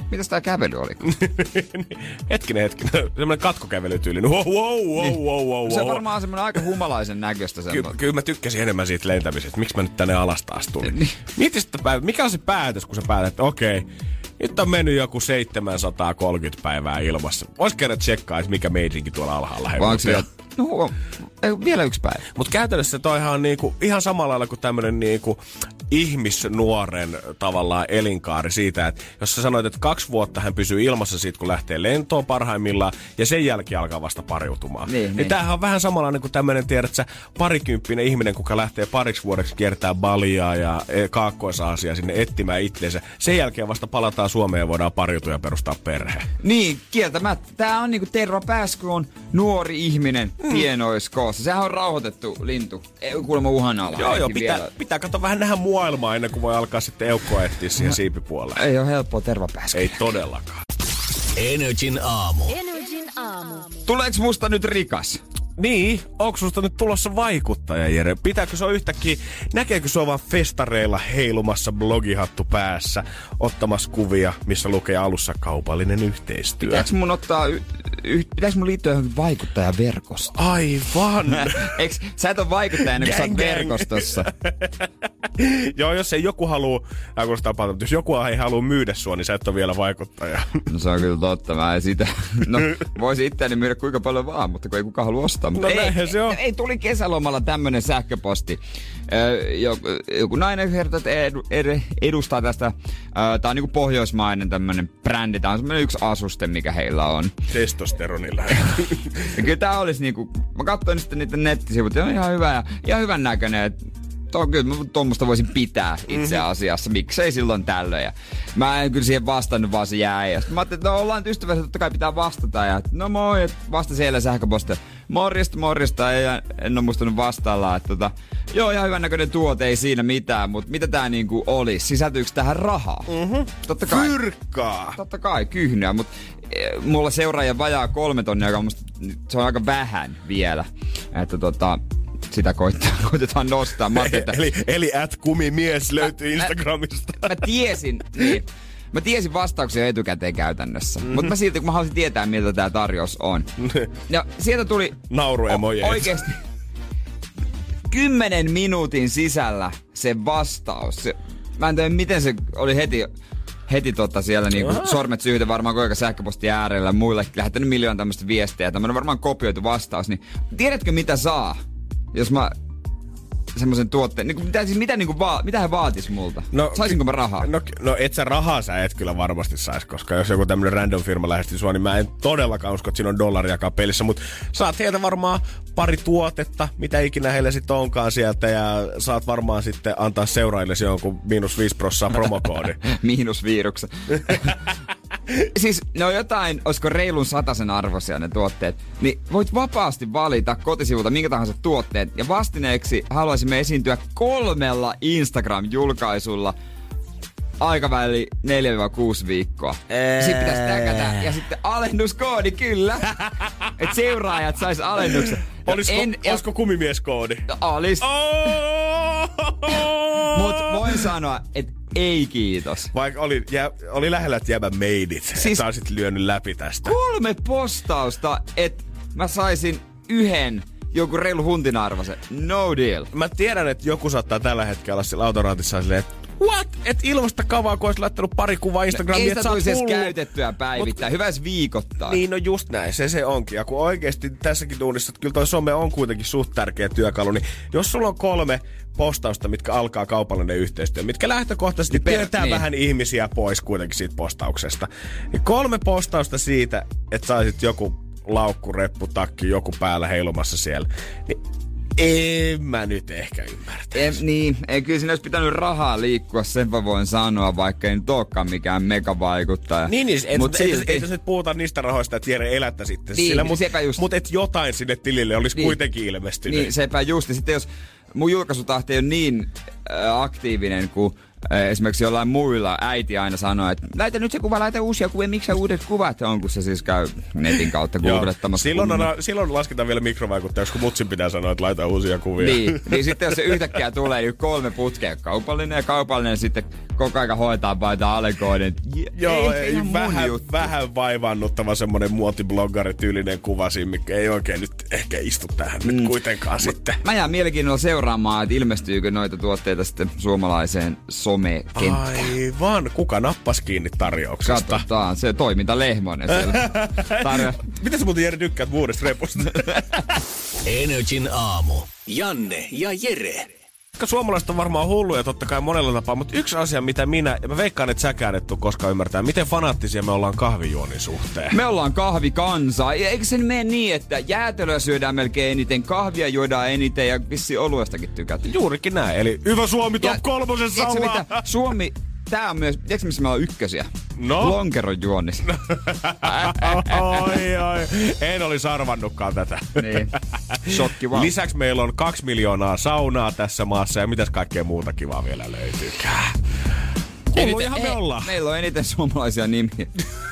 Mitäs tää kävely oli? Hetkinen. Semmoinen katkokävelytyyli. Wow. Se on varmaan semmoinen aika humalaisen näköistä. Kyllä mä tykkäsin enemmän siitä lentämisestä. Miksi mä nyt tänne alas taas tulin? Mieti sitä mikä on se päätös, kun sä päätät, että okei, nyt on mennyt joku 730 päivää ilmassa. Vois käydä tsekkaa, että mikä meidinkin tuolla alhaalla heiluttaa. Vielä yksi päivä. Mutta käytännössä toihan on niinku, ihan samalla lailla kuin tämmönen niinku ihmisnuoren tavallaan elinkaari siitä, että jos sä sanoit, että 2 vuotta hän pysyy ilmassa siitä, kun lähtee lentoon parhaimmillaan, ja sen jälkeen alkaa vasta pariutumaan. Niin. Tämähän on vähän samanlainen kuin tämmönen, tiedät sä, parikymppinen ihminen, kuka lähtee pariksi vuodeksi kiertää Baliaa ja Kaakkois-Aasiaa sinne etsimään itseensä. Sen jälkeen vasta palataan Suomeen ja voidaan pariutua ja perustaa perhe. Niin, kieltämättä. Tää on niinku Terva Pääsky on nuori ihminen pienoiskoossa. Sehän on rauhoitettu lintu. Kuulemma uhanala. Joo, pitää katsoa vähän nähdä maailmaa ennen kuin voi alkaa sitten eukkoa etsiä siihen siipipuolelle. Ei ole helppoa Terva Pääsky. Ei todellakaan. Energin aamu. Tuleeks musta nyt rikas? Niin, onko susta nyt tulossa vaikuttaja, Jere? Pitääkö se yhtäkkiä, näkeekö se vaan festareilla heilumassa blogihattu päässä, ottamassa kuvia, missä lukee alussa kaupallinen yhteistyö? Pitääkö mun liittyä johonkin vaikuttajaverkostoon? Aivan! Eiks, sä et ole vaikuttaja ennen kuin sä oot verkostossa. Joo, jos ei joku haluu, mutta jos joku ei halua myydä sua, niin sä et ole vielä vaikuttaja. No se on kyllä totta, mä en sitä. No, voisin itseäni myydä kuinka paljon vaan, mutta kun ei kukaan halua ostaa. No se on. Ei, tuli kesälomalla tämmönen sähköposti. Joku nainen kertoo, että edustaa tästä. Tää on niinku pohjoismainen tämmönen brändi. Tää on semmonen yksi asuste, mikä heillä on. Testosteronilla. Ja kyllä tää olisi niinku, mä katsoin sitten niitä nettisivut, ja on ihan hyvä ja ihan hyvän näköinen. Kyllä tuommoista voisin pitää itse asiassa. Miksei silloin tällöin. Ja mä en kyllä siihen vastannut, vaan se jäi. Ja mä ajattelin, että ollaan ystävässä, totta kai pitää vastata. Ja no moi, vasta siellä sähköpostia. Morjesta, ja en ole muistanut vastailla. Että joo, ihan hyvän näköinen tuote, ei siinä mitään. Mutta mitä tää niinku olisi? Sisältyykö tähän rahaa? Totta kai. Fyrkkaa! Totta kai, kyhnyä. Mutta mulla seuraaja vajaa 3 tonnia, joka musta, se on aika vähän vielä. Että sitä koitetaan nostaa. Eli @kumimies löytyy Instagramista. Mä tiesin vastauksia etukäteen käytännössä. Mutta mä silti, kun mä halusin tietää, miltä tää tarjous on. Ja sieltä tuli oikeesti 10 minuutin sisällä se vastaus. Mä en tiedä, miten se oli heti siellä niinku sormet syyhtä varmaan koika sähköpostin äärellä muille lähettänyt miljoona tämmöistä viestejä. Tämmönen varmaan kopioitu vastaus. Niin tiedätkö mitä saa? Jos mä semmoisen tuotteen, mitä he vaatis multa? Saisinko mä rahaa? No et sä rahaa sä et kyllä varmasti sais, koska jos joku tämmönen random firma lähestyy sua, niin mä en todellakaan usko, että siinä on dollariakaan pelissä, mutta saat heiltä varmaan pari tuotetta, mitä ikinä heille sit onkaan sieltä, ja saat varmaan sitten antaa seuraajillesi jonkun -5% promokoodi. Miinusviiruksen. Siis ne on jotain, olisiko reilun 100 arvoisia ne tuotteet, niin voit vapaasti valita kotisivulta minkä tahansa tuotteet, ja vastineeksi haluaisimme esiintyä 3 Instagram-julkaisulla aikaväli 4-6 viikkoa. Sitten pitäisi täkätä, ja sitten alennuskoodi, kyllä. Et seuraajat sais alennuksen. Olisiko kumimieskoodi? Olis. Mut voin sanoa, että ei kiitos. Vaikka oli lähellä, että jäbä made it. Siis sä olisit lyönyt läpi tästä. 3 postausta, että mä saisin yhden joku reilu huntin arvoisen. No deal. Mä tiedän, että joku saattaa tällä hetkellä olla sillä autoraatissa silleen, että what? Et ilmasta kavaa, kun olisi laittanut pari kuvaa Instagramiin, että sä oot hullu. Käytettyä päivittäin. Hyvä edes viikoittain. Niin, no just näin. Se onkin. Ja kun oikeesti tässäkin duunissa, että kyllä toi some on kuitenkin suht tärkeä työkalu, niin jos sulla on 3 postausta, mitkä alkaa kaupallinen yhteistyö, mitkä lähtökohtaisesti pidetään vähän ihmisiä pois kuitenkin siitä postauksesta, niin 3 postausta siitä, että saisit joku laukku, reppu, takki, joku päällä heilumassa siellä, niin en mä nyt ehkä ymmärtäisi. Kyllä siinä olisi pitänyt rahaa liikkua, sen voin sanoa, vaikka ei nyt olekaan mikään megavaikuttaja. Niin, ei nyt puhuta niistä rahoista, että Jere elättä sitten sillä, mutta et jotain sinne tilille olisi kuitenkin ilmestynyt. Niin, sepä just. Ja sitten jos mun julkaisutahti ei ole niin aktiivinen kuin esimerkiksi jollain muilla äiti aina sanoo, että laita nyt se kuva, laita uusia kuvia, miksi uudet kuvat on, kun se siis käy netin kautta googlettamassa. Silloin lasketaan vielä mikrovaikuttajaksi, kun mutsin pitää sanoa, että laita uusia kuvia. Niin sitten jos se yhtäkkiä tulee, niin 3 putkea, kaupallinen sitten koko ajan hoitaa vaan tämä alekoiden. Joo, vähän vaivannuttava semmonen muotibloggari-tyylinen kuva siinä, mikä ei oikein nyt ehkä istu tähän nyt kuitenkaan sitten. Mä jään mielenkiinnolla seuraamaan, että ilmestyykö noita tuotteita sitten suomalaiseen somekenttään. Aivan, kuka nappasi kiinni tarjouksesta? Katsotaan, se toiminta Lehmonen siellä. Miten sä muuten Jere tykkäät uudesta repusta? NRJ:n aamu. Janne ja Jere. Suomalaiset on varmaan hulluja totta kai monella tapaa, mutta yksi asia, mitä mä veikkaan, että säkään et tule koskaan ymmärtää, miten fanaattisia me ollaan kahvijuonnin suhteen. Me ollaan kahvikansa. Eikö se mene niin, että jäätelöä syödään melkein eniten, kahvia juodaan eniten ja vissiin oluestakin tykätään? Juurikin näin, eli hyvä Suomi top 3 ollaan. Suomi, tää on myös, tiedätkö missä me ollaan ykkösiä? No? Lonkeron juonnissa. Oi. En olisi arvannutkaan tätä. Niin. Shokki vaan. Lisäksi meillä on 2 miljoonaa saunaa tässä maassa ja mitäs kaikkea muuta kivaa vielä löytyykään. Hullujahan me ollaan. Meillä on eniten suomalaisia nimiä.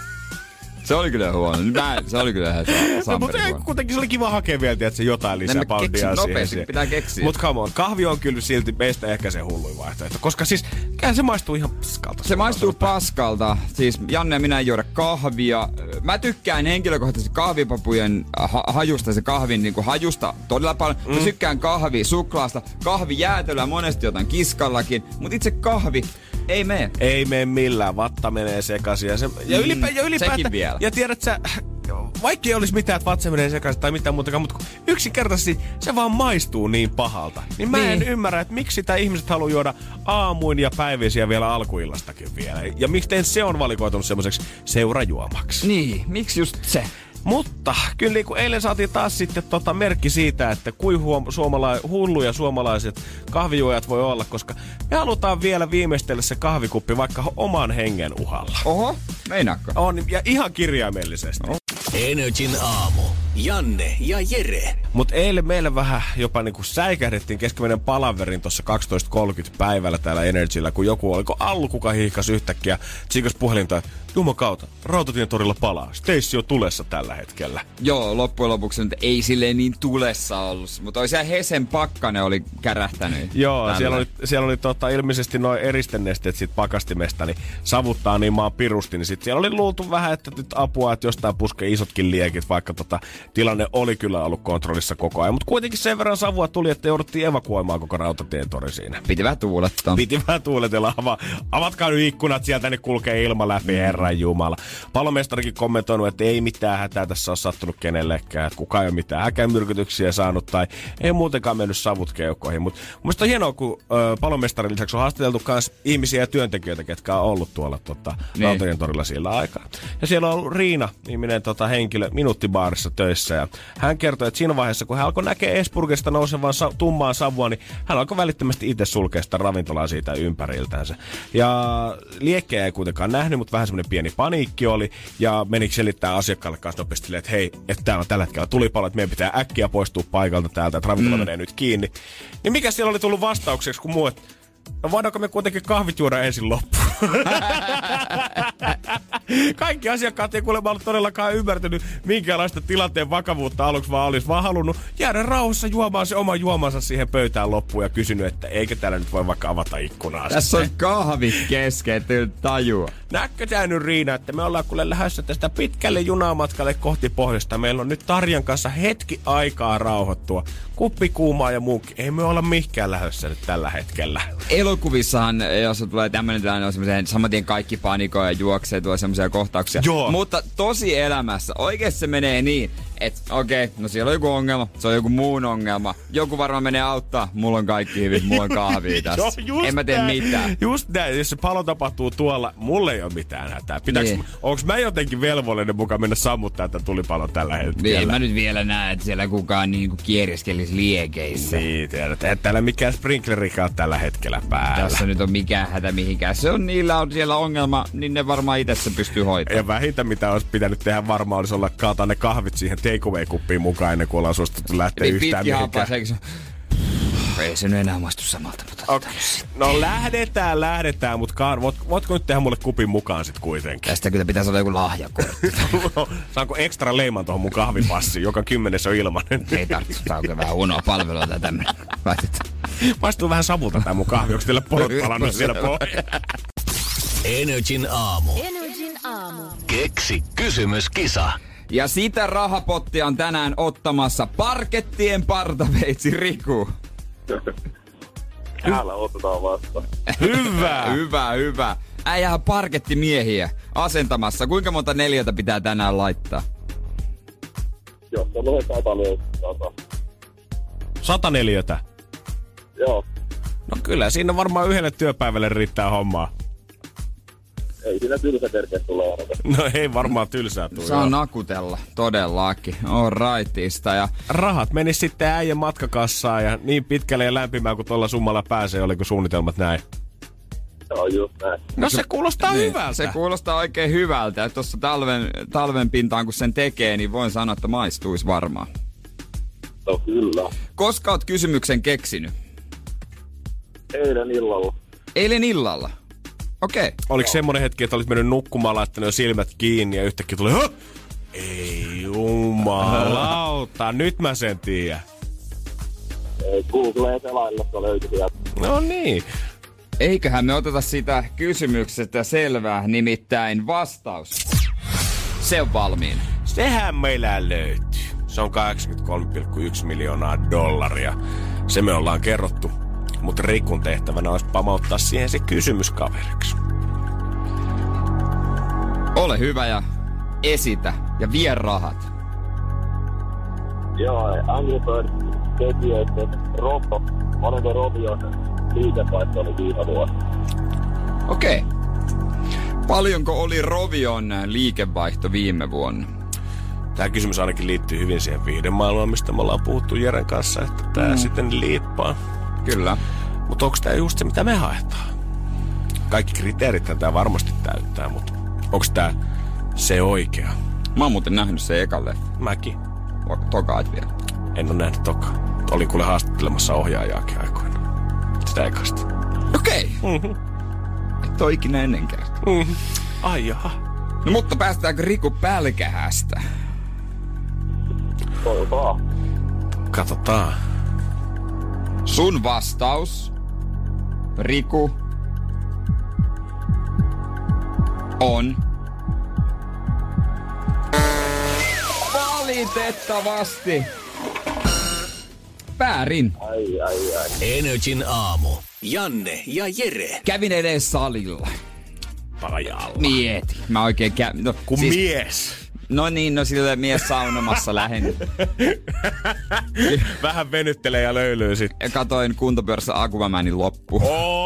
Se oli kyllä huono. Se oli kyllä ihan mutta kuitenkin se oli kiva hakea vielä, että se jotain lisää poundia nopeasti, pitää keksiä. Mut come on, kahvi on kyllä silti meistä ehkä se hulluin vaihtoehto. Koska siis, se maistuu ihan paskalta. Se maistuu paskalta. Siis Janne ja minä ei juoda kahvia. Mä tykkään henkilökohtaisesti kahvipapujen hajusta, se kahvin niin kuin hajusta todella paljon. Mä tykkään kahvisuklaasta, kahvijäätelöä, monesti jotain kiskallakin. Mut itse kahvi ei mene. Ei mene millään, vatta menee sekaisin. Ja ylipäätään. Vielä. Ja tiedät sä, vaikka ei olisi mitään, että vatsa menee sekaisin tai mitään muutakaan, mutta yksinkertaisesti se vaan maistuu niin pahalta. Niin mä en ymmärrä, että miksi sitä ihmiset haluaa juoda aamuin ja päiväisiä vielä alkuillastakin vielä. Ja miksi se on valikoitunut semmoiseksi seurajuomaksi. Niin, miksi just se? Mutta kyllä niin kuin eilen saatiin taas sitten merkki siitä, että kuin hulluja suomalaiset kahvijuojat voi olla, koska me halutaan vielä viimeistellä se kahvikuppi vaikka oman hengen uhalla. Oho, meinaatko? On, ja ihan kirjaimellisesti. NRJ:n aamu. Janne ja Jere. Mut eilen meille vähän jopa niinku säikähdettiin kesken meidän palaverin tuossa 12.30 päivällä täällä NRJ:llä, kun joku oliko Allu, kuka hiikas yhtäkkiä tsiikas puhelinta, että jumakauta, Rautatien torilla palaa. Stacey on tulessa tällä hetkellä. Joo, loppujen lopuksi nyt ei silleen niin tulessa ollut, mutta oli siellä Hesen Pakkanen oli kärähtänyt. Joo, siellä oli ilmeisesti noin eristennesteet siitä pakastimesta, niin savuttaa niin maan pirusti, niin sit siellä oli luultu vähän, että nyt apua, että jostain puskee isotkin liekit, vaikka tilanne oli kyllä ollut kontrollissa koko ajan. Mutta kuitenkin sen verran savua tuli, että jouduttiin evakuoimaan koko Rautatien tori siinä. Piti vähän tuuletella. Avatkaa nyt ikkunat sieltä, niin kulkee ilma läpi, Herran Jumala. Palomestarikin kommentoinut, että ei mitään hätää tässä ole sattunut kenellekään. Että kukaan ei ole mitään häkämyrkytyksiä saanut tai ei muutenkaan mennyt savut keuhkoihin. Mutta musta on hienoa, kun palomestarin lisäksi on haastateltu myös ihmisiä ja työntekijöitä, ketkä on ollut tuolla Rautatien torilla sillä aikaa. Ja siellä on ollut Riina-niminen henkilö minuuttibaarissa töissä. Ja hän kertoi, että siinä vaiheessa, kun hän alkoi näkeä Esburgesta nousevan tummaa savua, niin hän alkoi välittömästi itse sulkea sitä ravintolaa siitä ympäriltänsä. Ja liekkejä ei kuitenkaan nähnyt, mutta vähän semmoinen pieni paniikki oli. Ja menikö selittää asiakkaalle kanssa nopeasti, että hei, että täällä on tällä hetkellä tulipalo, että meidän pitää äkkiä poistua paikalta täältä, että ravintola menee nyt kiinni. Niin mikä siellä oli tullut vastaukseksi, kun muu, että no voidaanko me kuitenkin kahvit juoda ensin loppuun? Kaikki asiakkaat ei kuulemma ollut todellakaan ymmärtänyt minkäänlaista tilanteen vakavuutta aluksi, vaan olisi vaan halunnut jäädä rauhassa juomaan se oma juomansa siihen pöytään loppuun ja kysynyt, että eikö täällä nyt voi vaikka avata ikkunaa. Tässä on kahvit kesken, ettei tajua. Näkö tää nyt Riina, että me ollaan kuule lähdössä tästä pitkälle junamatkalle kohti pohjoista. Meillä on nyt Tarjan kanssa hetki aikaa rauhoittua. Kuppi kuumaa ja muukin. Ei me olla mihinkään lähdössä nyt tällä hetkellä. Elokuvissahan, jos tulee tämmönen tilanne, on semmoisen samantien kaikki panikoi ja juoksee, tulee semmoisia kohtauksia. Joo. Mutta tosi elämässä oikeesti se menee niin, että okei, no siellä on joku ongelma, se on joku muun ongelma. Joku varmaan menee auttaa, mulla on kaikki hyvin, mulla on kahvia tässä. En mä tee mitään. Just näin, jos se palo tapahtuu tuolla, mulla ei ole mitään hätää. Niin. Onks mä jotenkin velvollinen mukaan mennä sammuttaa tätä tulipalon tällä hetkellä? Niin, en mä nyt vielä näe, että siellä kukaan niinku kieriskelisi liekeissä. Niin, tiedät, että täällä mikään sprinklerikaan tällä hetkellä päällä. Tässä nyt on mikään hätä mihinkään. Se on, niillä on siellä ongelma, niin ne varmaan itse se pystyy hoitamaan. Ja vähintä mitä olisi pitänyt tehdä varmaan olisi olla kaataa ne kahvit siihen takeaway-kuppiin mukaan ennen kuin ollaan suostuttu lähteä yhtään mihinkään. Ei se nyt enää maistu samalta, mutta Okay. No lähdetään, mutta voitko nyt tehdä mulle kupin mukaan sit kuitenkin? Tästä kyllä pitäisi olla joku lahjakortti. Saanko ekstra leiman tuohon mun kahvipassiin, joka 10 on ilmanen? Ei tarvitse, tää on kyllä vähän huonoa palvelua tai tämmönen. Maistuu vähän savulta tää mun kahvi, onks teillä porot palannut siellä pohjaa? Energin aamu. Keksi kysymyskisa. Ja sitä rahapottia on tänään ottamassa parkettien partaveitsi Riku. Täällä otetaan vastaan. Hyvä. Äijähän parkettimiehiä asentamassa. Kuinka monta neliötä pitää tänään laittaa? Jos on noin 100, niin 100. 100 neliötä? Joo. No kyllä, siinä varmaan yhdelle työpäivälle riittää hommaa. Ei siinä tylsä kerkeä tulee ainakaan. No ei varmaan tylsää tule. Saa nakutella, todellakin. On rightista. Ja rahat menis sitten äijän matkakassaan ja niin pitkälle ja lämpimään kuin tuolla summalla pääsee, oliko suunnitelmat näin? Joo, just näin. No se kuulostaa niin, hyvältä. Se kuulostaa oikein hyvältä. Ja tuossa talven pintaan kun sen tekee, niin voin sanoa, että maistuisi varmaan. No kyllä. Koska oot kysymyksen keksinyt? Eilen illalla. Okei. Oliko semmonen hetki, että olit mennyt nukkumaan, laittanut jo silmät kiinni ja yhtäkkiä tuli ei jumalauta, nyt mä sen tiedän. Googleen selaillessa löytyi sieltä. No niin. Eiköhän me oteta sitä kysymyksestä selvää, nimittäin vastaus. Se on valmiina. Sehän meillä löytyy. Se on $83,1 miljoonaa. Se me ollaan kerrottu. Mutta Rikun tehtävänä olisi pamauttaa siihen se kysymys kaveriksi. Ole hyvä ja esitä ja vie rahat. Joo, Angry Birds tekijöiden Robo. Monenko Robion liikevaihto oli viime vuonna? Okei. Paljonko oli Rovion liikevaihto viime vuonna? Tämä kysymys ainakin liittyy hyvin siihen viihdemaailmaan, mistä me ollaan puhuttu Jeren kanssa, että tää sitten liippaa. Kyllä. Mutta onko tää just se, mitä me haetaan? Kaikki kriteerit tää varmasti täyttää, mutta onko tää se oikea? Mä oon muuten nähnyt sen ekan leffa. Mäkin. Tokaat vielä. En oo nähnyt tokaa. Olin kuule haastattelemassa ohjaajaakin aikoina. Sitä ekasta. Okei. Et oo ikinä ennen kertaa. Ai jaha. No mutta päästäänkö Riku pälkähästä? Katsotaan. Sun vastaus, Riku, on valitettavasti väärin. Ai. Energin aamu. Janne ja Jere. Kävin edes salilla. Pajalla. Mieti. Mä oikein No mies. No niin, no sille mies saunomassa lähen. Vähän venyttelee ja löylyy sitten. Katoin kuntopyörässä Aquamanin loppu.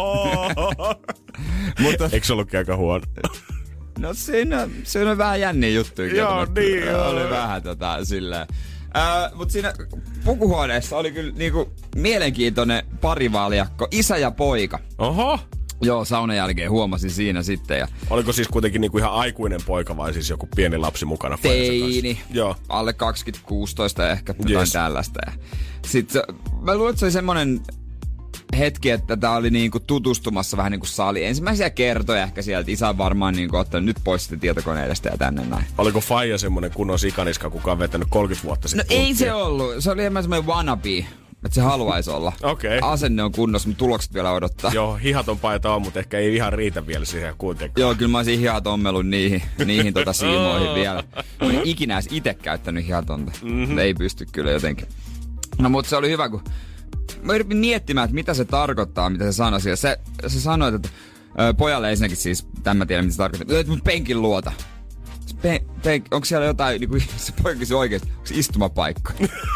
Mutta eikö se ollutkin aika huono? No siinä on vähän jänniä juttuja. Joo, niin joo. Oli vähän silleen. Mut siinä pukuhuoneessa oli kyllä niinku mielenkiintoinen parivaljakko, isä ja poika. Oho. Joo, saunan jälkeen huomasin siinä sitten. Ja oliko siis kuitenkin niinku ihan aikuinen poika vai siis joku pieni lapsi mukana? Teini. Joo. Alle 16 ehkä, jotain tällaista. Ja sitten mä luulen, että se oli semmonen hetki, että tää oli niinku tutustumassa vähän niinku sali. Ensimmäisiä kertoja ehkä sieltä. Isä on varmaan niinku ottanut nyt pois sitten tietokoneesta ja tänne näin. Oliko faija semmonen kunnon sikaniska, kuka on vetänyt 30 vuotta sitten? No ei se ollut. Se oli enemmän semmoinen wannabe. Että se haluaisi olla. Okei. Asenne on kunnossa, mutta tulokset vielä odottaa. Joo, hihaton paita on, mutta ehkä ei ihan riitä vielä siihen kuitenkaan. Joo, kyllä mä olisin hihatommellut niihin siimoihin vielä. Mä en ikinä edes ite käyttänyt hihatonta. Ei pysty kyllä jotenkin. No mutta se oli hyvä, kun mä yritin miettimään, että mitä se tarkoittaa, mitä se sanoi. Se sanoi, että pojalle ensinnäkin siis, tämän mä tiedän, mitä se tarkoittaa. Löyt mun penkin luota. Onko siellä jotain, niin kuin se poika kysyi oikeesti, onko se istumapaikka?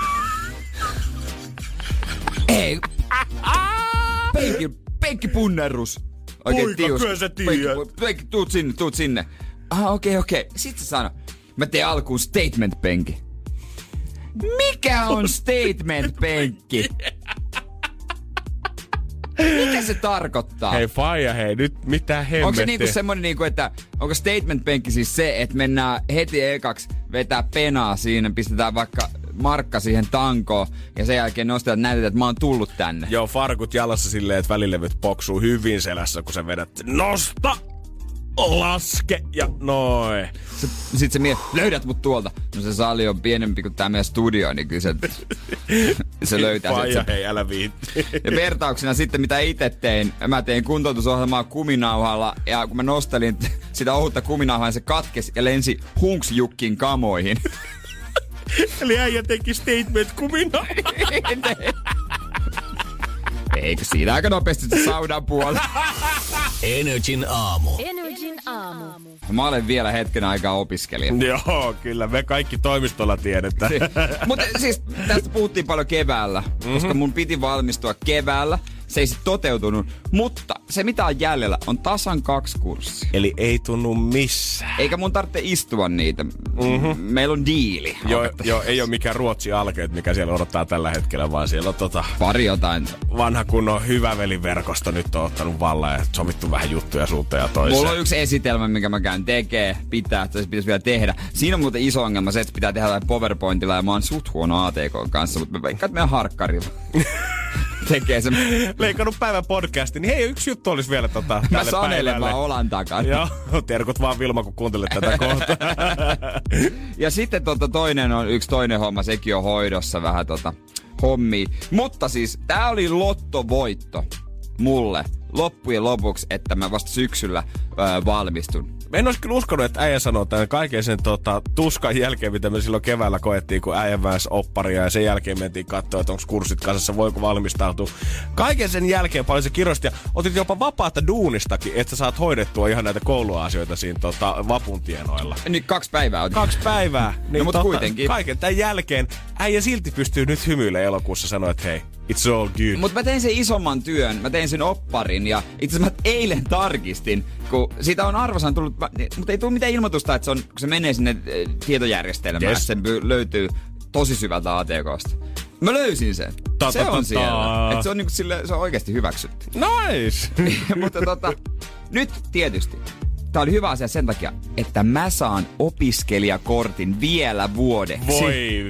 Ei. Penkkipunnerus. Poika, kyllä sä tiedät. Penkki, tuut sinne. Okei. Sitten se sano. Mä teen alkuun statement-penki. Mikä on statement-penkki? Mitä se tarkoittaa? Hei faija, nyt mitä hemmettiä? Onko se niinku semmonen niinku, että onko statement-penkki siis se, että mennään heti ekaksi vetää penaa siinä, pistetään vaikka markka siihen tankoon ja sen jälkeen nostat näytät, että mä oon tullut tänne. Joo, farkut jalassa silleen, että välilevyt poksuu hyvin selässä, kun sä vedät nosta, laske ja noin. Sitten se löydät mut tuolta. No se sali on pienempi kuin tää meidän studio, niin kyllä se löytää. Hei, älä viitti. Ja vertauksena sitten, mitä itse tein. Mä tein kuntoutusohjelmaa kuminauhalla ja kun mä nostelin sitä ohutta kuminauhaa, se katkesi ja lensi Hunksjukkin kamoihin. Eli äijä teki statement kuminauhalla. Eikö siinä aika nopeasti se saunan puolella? Energin aamu. Mä olen vielä hetken aikaa opiskelija. Joo, kyllä. Me kaikki toimistolla tiedetään. Mutta siis tästä puhuttiin paljon keväällä, koska mun piti valmistua keväällä. Se ei sit toteutunut, mutta se mitä on jäljellä on tasan 2 kurssia. Eli ei tunnu missään. Eikä mun tarvitse istua niitä. Meillä on diili. Joo, ei ole mikään Ruotsi alkeet, mikä siellä odottaa tällä hetkellä, vaan siellä on pari jotain. Vanha kunnon hyvä veliverkosto nyt on ottanut vallan ja sovittu vähän juttuja suuntaan ja toiseen. Mulla on yksi esitelmä, minkä mä käyn tekee. Se pitäisi vielä tehdä. Siinä on muuten iso ongelma se, että pitää tehdä PowerPointilla ja mä oon suht huono ATK kanssa, mutta mä veikkaan, että meidän harkkarilla tekee sen. Leikannut päivän podcastin, niin hei, yksi juttu olisi vielä mä sanelen vaan olan takana. Joo, terkut vaan Vilma, kun kuuntelet tätä kohtaa. Ja sitten toinen on yksi toinen homma, sekin on hoidossa vähän hommia. Mutta siis tää oli lottovoitto mulle loppujen lopuksi, että mä vasta syksyllä valmistun. Mä en olisi kyllä uskonut, että äijä sanoo tämän kaiken sen tuskan jälkeen, mitä me silloin keväällä koettiin, kun äijä väänsi opparia ja sen jälkeen mentiin katsoa, että onko kurssit kasassa, voiko valmistautua. Kaiken sen jälkeen paljon se kirosti ja otit jopa vapaata duunistakin, että sä saat hoidettua ihan näitä kouluasioita siinä vapun tienoilla. Niin 2 päivää otin. 2 päivää. Niin no, mutta kuitenkin. Kaiken tämän jälkeen äijä silti pystyy nyt hymyilemään elokuussa sanoa, että hei, it's all good. Mutta mä tein sen isomman työn, mä tein sen opparin ja itse asiassa mä eilen tarkistin, kun siitä on arvosan tullut, mutta ei tule mitään ilmoitusta, että se on, kun se menee sinne tietojärjestelmään, yes. Se löytyy tosi syvältä ATKsta. Mä löysin sen. Se on siellä. Että se on, se on oikeasti hyväksytty. Nice! Mutta nyt tietysti. Tää oli hyvä asia sen takia, että mä saan opiskelijakortin vielä vuodeksi. Voi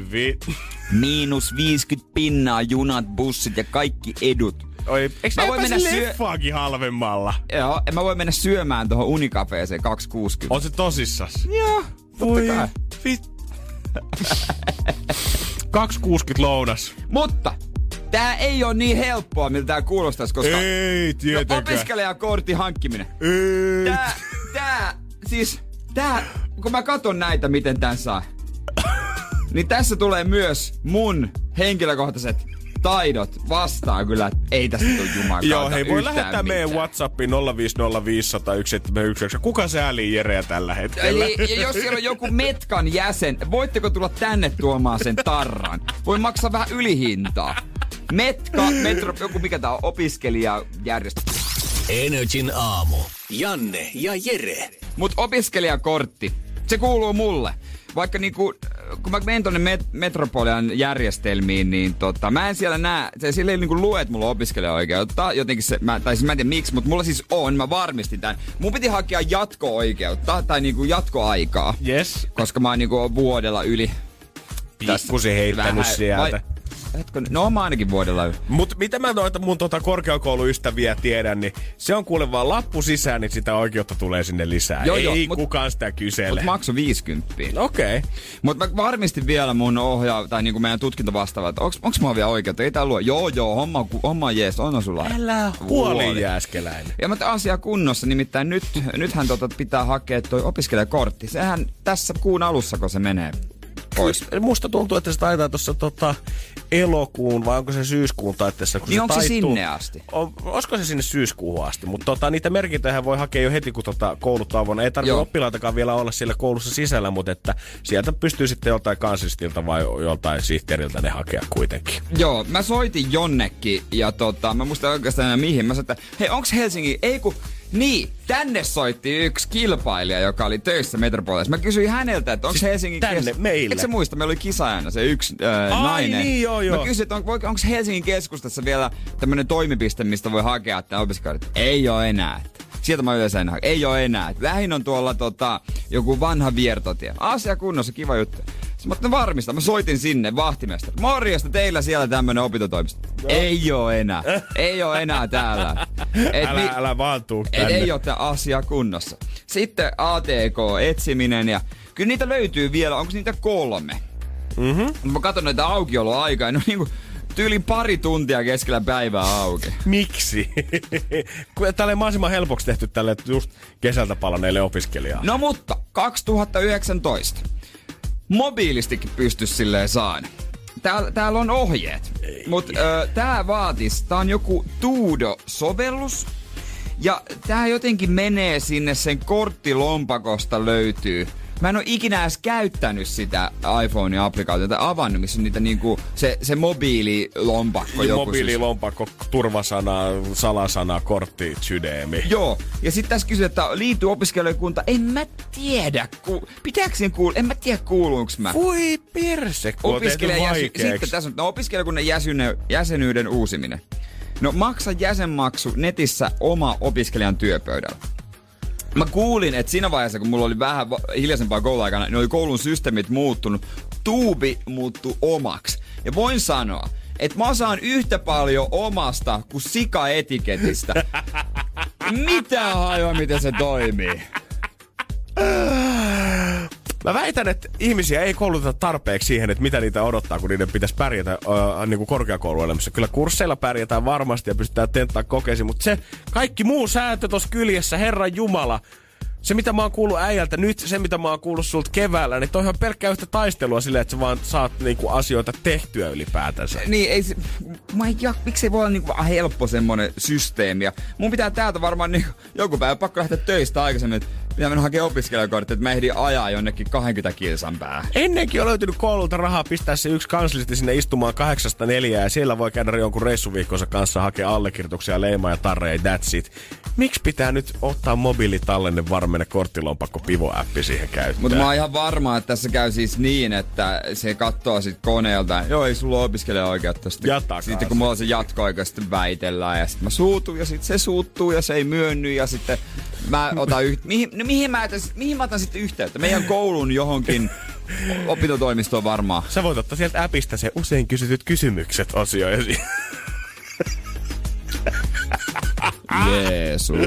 -50 pinnaa, junat, bussit ja kaikki edut. Oi, eikö mä voin mennä leffaakin halvemmalla? Joo, mä voin mennä syömään tuohon Unicafeeseen 2,60. On se tosissas? Joo, totta kai. 2,60 lounas. Mutta tää ei oo niin helppoa, miltä tää kuulostaisi, koska ei tietenkään. Opiskelijakortin hankkiminen. Ei. Tää, kun mä katon näitä, miten tän saa, niin tässä tulee myös mun henkilökohtaiset taidot vastaan kyllä, ei tästä tule jumakaan. Joo, hei, voi lähettää meidän WhatsAppiin 050501719. Kuka sääli Jereä tällä hetkellä? Eli jos siellä on joku Metkan jäsen, voitteko tulla tänne tuomaan sen tarran? Voi maksaa vähän ylihintaa. Metro, mikä tää on, opiskelijajärjestö. Energin aamu. Janne ja Jere. Mut opiskelijakortti, se kuuluu mulle. Vaikka niinku, kun mä menen tonne Metropolian järjestelmiin, niin mä en siellä näe, se sille ei niinku lue, että mulla on opiskelija-oikeutta. Jotenkin se, mä en tiedä miksi, mutta mulla siis on, mä varmistin tän. Mun piti hakea jatko-oikeutta, tai niinku jatkoaikaa. Yes. Koska mä oon niinku vuodella yli. Pikkusen heittänyt sieltä. No mä ainakin vuodella. Mut mitä mä noita mun korkeakouluystäviä tiedän, niin se on kuule vaan lappu sisään, niin sitä oikeutta tulee sinne lisää. Ei kukaan sitä kysele. Mut maksu 50. Okei. Mut mä varmistin vielä mun tai niinku meidän tutkintovastaavat, että onks mulla vielä oikeutta? Ei tää luo. Joo, homma on jees, on sulla. Älä huoli jääskeläinen. Ja mä asia kunnossa, nimittäin nythän pitää hakea toi opiskelijakortti. Sehän tässä kuun alussa, kun se menee pois. Musta tuntuu, että se taitaa tuossa elokuun, vai onko se syyskuun taitteessa? Niin onko se sinne asti? Olisiko se sinne syyskuuhun asti? Mutta niitä merkintöjä voi hakea jo heti, kun koulut on. Ei tarvitse oppilaitakaan vielä olla siellä koulussa sisällä, mutta että sieltä pystyy sitten joltain kanslistilta vai joltain sihteeriltä ne hakea kuitenkin. Joo, mä soitin jonnekin ja mä muistan oikeastaan enää mihin. Mä sanoin, että hei, onks Helsinki, niin, tänne soitti yksi kilpailija, joka oli töissä Metropoliassa. Mä kysyin häneltä, että onko Helsingin meille. Eikö sä muista, meillä oli kisaajana se yksi nainen. Niin, joo. Mä kysyin, että onko Helsingin keskustassa vielä tämmönen toimipiste, mistä voi hakea tämän opiskelijat. Ei oo enää. Sieltä mä yleensä en hakea. Ei oo enää. Lähin on tuolla joku vanha Viertotie. Asia kunnossa, kiva juttu. Mä varmistan, mä soitin sinne vahtimesta. Morjesta, teillä siellä tämmönen opintotoimisto. No. Ei oo enää täällä. Älä vaan tuu tänne. Ei oo tää asia kunnossa. Sitten ATK-etsiminen ja kyllä niitä löytyy vielä, onko niitä 3? Mä katson näitä aukioloaikaa, no niinku tyyliin pari tuntia keskellä päivää auki. Miksi? Tää oli mahdollisimman helpoksi tehty tälle just kesältä palanneille opiskelijalle. No mutta 2019. Mobiilistikin pystyisi silleen saada. Täällä on ohjeet. Mut tää on joku Tuudo-sovellus. Ja tää jotenkin menee sinne sen korttilompakosta löytyy. Mä en oo ikinä edes käyttänyt sitä iPhone-applikaatiota avannut, missä on niitä niinku se mobiililompakko. Mobiililompakko, turvasana, salasana, kortti, sydämi. Joo, ja sit tässä kysyy, että liittyy opiskelijakunta. En mä tiedä, pitääkö siinä kuulua, en mä tiedä kuuluuks mä. Voi perse, kun sitten tässä on opiskelijakunnan jäsenyyden uusiminen. No maksa jäsenmaksu netissä oma opiskelijan työpöydällä. Mä kuulin, että siinä vaiheessa, kun mulla oli vähän hiljaisempaa kouluaikana, niin oli koulun systeemit muuttunut. Tuubi muuttui omaksi. Ja voin sanoa, että mä osaan yhtä paljon omasta kuin sika-etiketistä. Mitä hajoa, miten se toimii? Mä väitän, että ihmisiä ei kouluteta tarpeeksi siihen, että mitä niitä odottaa, kun niiden pitäisi pärjätä niin kuin korkeakouluelämässä. Kyllä kursseilla pärjätään varmasti ja pystytään tentaa kokeisiin, mutta se kaikki muu sääntö tossa kyljessä, Herran Jumala, se mitä mä oon kuullut äijältä nyt, se mitä mä oon kuullut sulta keväällä, niin toi on ihan pelkkää yhtä taistelua silleen, että sä vaan saat niinku asioita tehtyä ylipäätänsä. Niin, ei se, miksei voi olla niinku helppo semmonen systeemi. Ja mun pitää täältä varmaan niinku, joku päivä pakko lähteä töistä aikaisemmin, että pitää mennä hakemaan opiskelijakortti, että mä ehdin ajaa jonnekin 20 kilsan päähän. Ennenkin on löytynyt koululta rahaa pistää se yksi kanslisti sinne istumaan 8-4 ja siellä voi käydä jonkun reissuviikkonsa kanssa hakea allekirjoituksia, leimaa ja tarreja, that's it. Miksi pitää nyt ottaa mobiilitallenne varmenne korttilompakko pivo-appi siihen käyttöön? Mutta mä oon ihan varma, että tässä käy siis niin, että se katsoo sit koneelta, joo ei sulla ole opiskelija-oikeutta. Sitten kun mulla on se jatko-aika, sitten väitellään ja sitten mä suutun ja sitten se suuttuu ja se ei myönny ja sitten mä otan mihin mä otan sitten yhteyttä? Meidän koulun johonkin opintotoimistoon varmaan. Sä voit ottaa sieltä appista se usein kysytyt kysymykset osioon. Jeesus.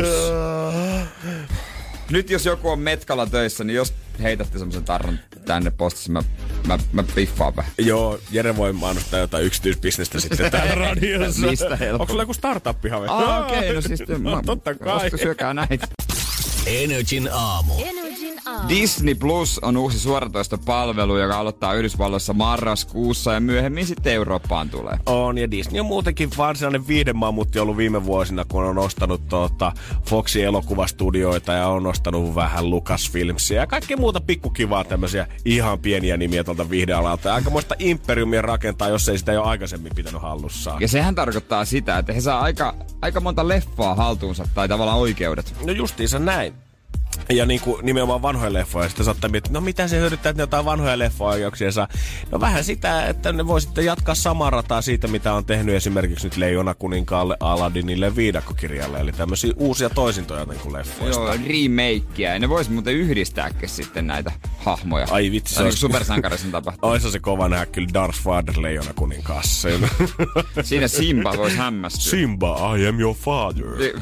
Nyt jos joku on Metkalla töissä, niin jos heitätte semmosen tarran tänne postissa, mä piffaan vähän. Joo, Jere voi mainostaa jotain yksityisbisnestä sitten täällä radiossa. Mistä helppo? Onko sulla joku startup-have? Okei, no siis totta kai. Syökää näitä. NRJ:n aamu. Disney Plus on uusi suoratoistopalvelu, joka aloittaa Yhdysvalloissa marraskuussa ja myöhemmin sitten Eurooppaan tulee. On, ja Disney on muutenkin varsinainen viihdemammutti ollut viime vuosina, kun on ostanut Foxin elokuvastudioita ja on ostanut vähän Lucasfilmsia ja kaikkea muuta pikkukivaa tämmöisiä ihan pieniä nimiä tuolta viihdealalta. Aikamoista imperiumia rakentaa, jos ei sitä jo aikaisemmin pitänyt hallussaan. Ja sehän tarkoittaa sitä, että he saa aika monta leffaa haltuunsa tai tavallaan oikeudet. No justiinsa näin. Ja niinku nimenomaan vanhoja leffoja. Sitten saattaa miettiä, no mitä se hyödyttää, että ne jotain vanhoja leffa-oikeuksia saa. No vähän sitä, että ne voi sitten jatkaa samaa rataa siitä, mitä on tehnyt esimerkiksi nyt Leijona kuninkaalle, Aladdinille, Viidakkokirjalle. Eli tämmöisiä uusia toisintoja niinku leffoista. Joo, remakeä. Ja ne vois muuten yhdistääkin sitten näitä hahmoja. Ai vitsi. Se on supersankarisen tapahtuu. Oissa se kova nähdä kyllä Darth Vader Leijona kuninkaassa. Siinä Simba vois hämmästyä. Simba, I am your father.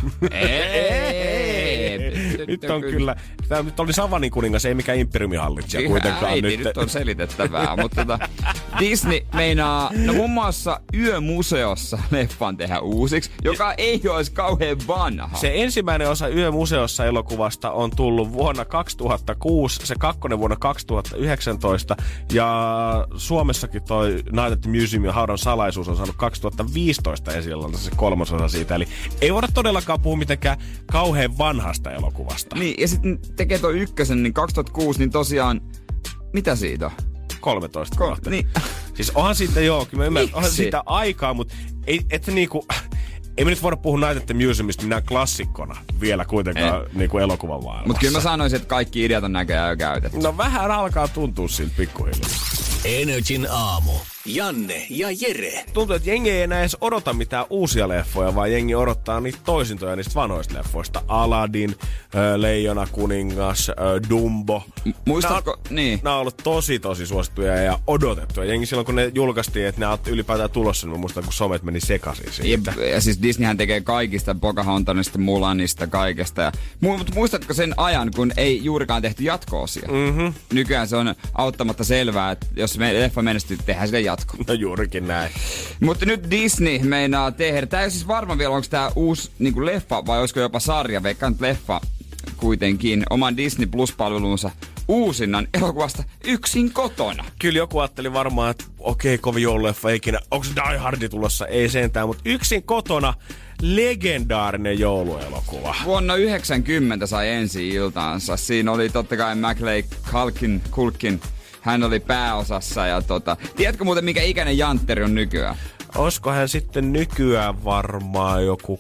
Nyt on kyllä, tämä nyt oli Savanin kuningas, ei mikään imperiumihallitsija kuitenkaan. Äiti, nyt on selitettävää, mutta Disney meinaa, no muun muassa Yömuseossa leffan tehdä uusiksi, joka ei olisi kauhean vanha. Se ensimmäinen osa Yömuseossa elokuvasta on tullut vuonna 2006, se kakkonen vuonna 2019, ja Suomessakin toi Night at the Museum ja Haudan salaisuus on saanut 2015 esillä se kolmososa siitä, eli ei voida todellakaan puhua mitenkään kauhean vanhasta elokuvasta. Niin, ja sitten tekee toi ykkösen, niin 2006, niin tosiaan, mitä siitä on? 13 vuotta. Niin. Siis onhan siitä kyllä mä ymmärrän, onhan siitä aikaa, mutta ei me nyt voida puhua Night at the Museumista minä klassikkona vielä kuitenkaan niinku elokuvan maailmassa. Mutta kyllä mä sanoisin, että kaikki ideat on näköjään jo käytetty. No vähän alkaa tuntua siltä pikkuhiljaa. NRJ:n aamu. Janne ja Jere. Tuntuu, että jengi ei enää edes odota mitään uusia leffoja, vaan jengi odottaa niitä toisintoja niistä vanhoista leffoista. Aladdin, Leijona kuningas, Dumbo. Muistatko? Niin. Nämä on ollut tosi suosittuja ja odotettuja. Jengi silloin, kun ne julkaistiin, että ne on ylipäätään tulossa, niin muistan, kun somet meni sekaisin siitä. Ja siis Disneyhän tekee kaikista, Pocahontasista, Mulanista, kaikesta. Mutta muistatko sen ajan, kun ei juurikaan tehty jatko-osia? Mm-hmm. Nykyään se on auttamatta selvää, että jos leffa menestyy, tehdään sille jatko. No juurikin näin. Mutta nyt Disney meinaa tehdä. Tää ei ole siis varma vielä, onko tää uusi niin leffa vai olisiko jopa sarja. Veikkaan nyt leffa kuitenkin oman Disney Plus-palvelunsa uusinnan elokuvasta Yksin kotona. Kyllä joku ajatteli varmaan, että okei, kovin joululeffa ikinä. Onko Die Hardi tulossa? Ei sentään, mutta Yksin kotona legendaarinen jouluelokuva. Vuonna 1990 sai ensi-iltaansa. Siinä oli totta kai Macaulay Culkin. Hän oli pääosassa ja tiedätkö muuten mikä ikäinen jantteri on nykyään? Olisiko hän sitten nykyään varmaan joku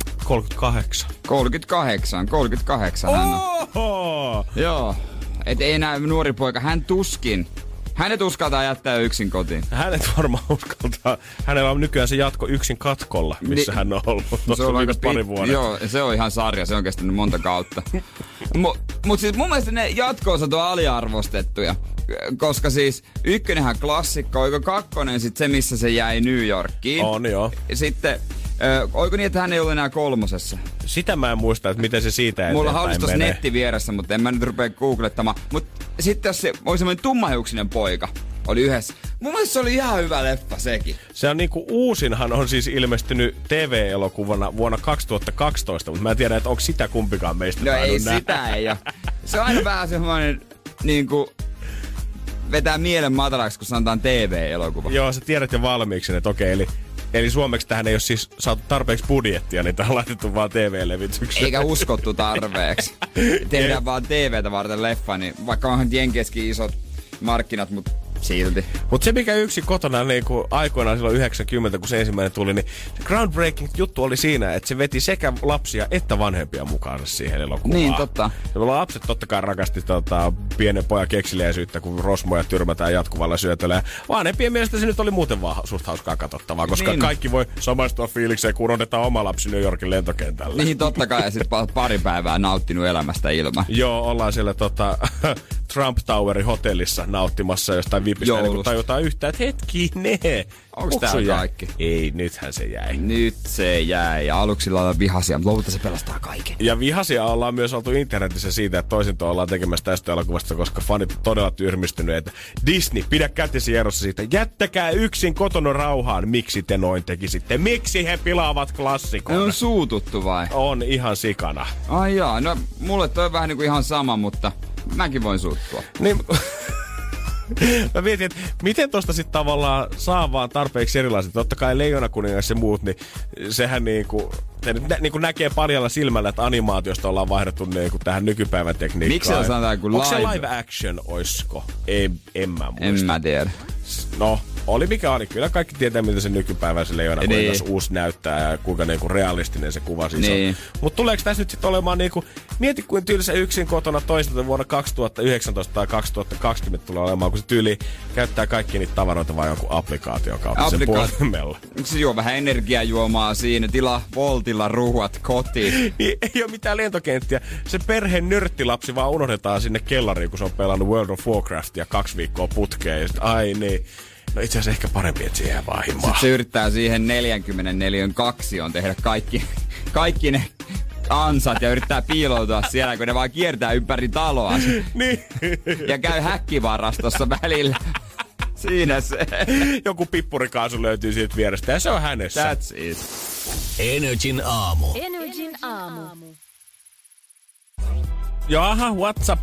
38? 38 hän on. Oho! Joo. Et ei enää nuori poika. Hänet uskaltaa jättää yksin kotiin. Hänet varmaan uskaltaa. Hänellä on nykyään se jatko Yksin katkolla, missä hän on ollut tuossa viimeiset pari vuotta. Joo, se on ihan sarja. Se on kestänyt monta kautta. Mut siis mun mielestä ne jatko-osat on aliarvostettuja. Koska siis ykkönenhän klassikko, oiko kakkonen sit se, missä se jäi New Yorkiin? On, joo. Sitten, oiko niin, että hän ei ole enää kolmosessa? Sitä mä en muista, että miten se siitä eteenpäin Mulla olisi tossa netti vieressä, mutta en mä nyt rupea googlettamaan. Mut sitten jos se oli semmoinen tummahiuksinen poika, oli yhdessä. Mun mielestä se oli ihan hyvä leffa sekin. Se on niinku uusinhan on siis ilmestynyt TV-elokuvana vuonna 2012, mutta mä en tiedä, että onko sitä kumpikaan meistä no ei nähdä. Sitä ei ole. Se on aina vähän semmoinen niinku vetää mielen matalaksi, kun sanotaan TV-elokuva. Joo, sä tiedät jo valmiiksi, että okei, eli suomeksi tähän ei ole siis saatu tarpeeksi budjettia, niin tähän on laitettu vaan TV-levitykseen. Eikä uskottu tarpeeksi. Tehdään vaan TVtä varten leffa, niin vaikka onhan jenkeskin isot markkinat, mutta silti. Mutta se mikä Yksin kotona niin aikoinaan silloin 90, kun se ensimmäinen tuli, niin se groundbreaking juttu oli siinä, että se veti sekä lapsia että vanhempia mukaan siihen elokuvaan. Niin, totta. Ja lapset totta kai rakasti pienen pojan kekseliäisyyttä, kun rosmoja tyrmätään jatkuvalla syötöllä. Ja vanhempien mielestä se nyt oli muuten vaan suht hauskaa katsottavaa, koska niin. Kaikki voi samaistua fiilikseen, kun odotetaan oma lapsi New Yorkin lentokentällä. Niin, totta kai. Ja sitten pari päivää nauttinut elämästä ilman. Joo, ollaan siellä Trump Towerin hotellissa nauttimassa jostain vipistä, niin kun tajutaan yhtään, että hetkinen. Onks tää kaikki? Ei, nythän se jäi. Nyt se jäi. Ja aluksi ollaan vihaisia, mutta lopulta se pelastaa kaiken. Ja vihaisia ollaan myös oltu internetissä siitä, että toisinto ollaan tekemässä tästä elokuvasta, koska fanit on todella tyrmistynyt, että Disney, pidä kätesi erossa siitä. Jättäkää Yksin kotona rauhaan. Miksi te noin tekisitte? Miksi he pilaavat klassikon? Ne on suututtu vai? On ihan sikana. Ai jaa, no mulle toi on vähän niinku ihan sama, mutta mäkin voin suuttua. Niin, mä mietin, että miten tosta sit tavallaan saa vaan tarpeeksi erilaiset. Totta kai Leijona kuningas ja muut, niin sehän niinku näkee paljalla silmällä, että animaatiosta ollaan vaihdettu niinku tähän nykypäivän tekniikkaan. Miksi se sanotaan kuin live? Onko se live action, oisko? En mä muista. En mä tiedä. No, oli mikä oli. Kyllä kaikki tietää, miltä se nykypäivän se Leijona kuningas uusi näyttää ja kuinka niinku realistinen se kuva siis on. Mutta tuleeko tässä nyt sit olemaan niinku, mieti kuin tylsä Yksin kotona toistelta vuonna 2019 tai 2020 tulee olemaan, kun se tyyli käyttää kaikki niitä tavaroita vai jonkun applikaation kautta sen puhelimella. Se juo vähän energiajuomaa siinä, tilaa Voltilla ruuat kotiin. Niin, ei ole mitään lentokenttiä. Se perheen nörttilapsi vaan unohdetaan sinne kellariin, kun se on pelannut World of Warcraftia 2 viikkoa putkeen. Ja sit, ai niin. No itse asiassa ehkä parempi, että se jää vaan himaan. Sitten se yrittää siihen 44 kaksioon tehdä kaikki ne ansat ja yrittää piiloutua siellä, kun ne vaan kiertää ympäri taloa. Niin. Ja käy häkkivarastossa välillä. Siinä se. Joku pippurikaasu löytyy siitä vierestä ja se on hänessä. That's it. Energin aamu. Energin aamu. Jaha, WhatsApp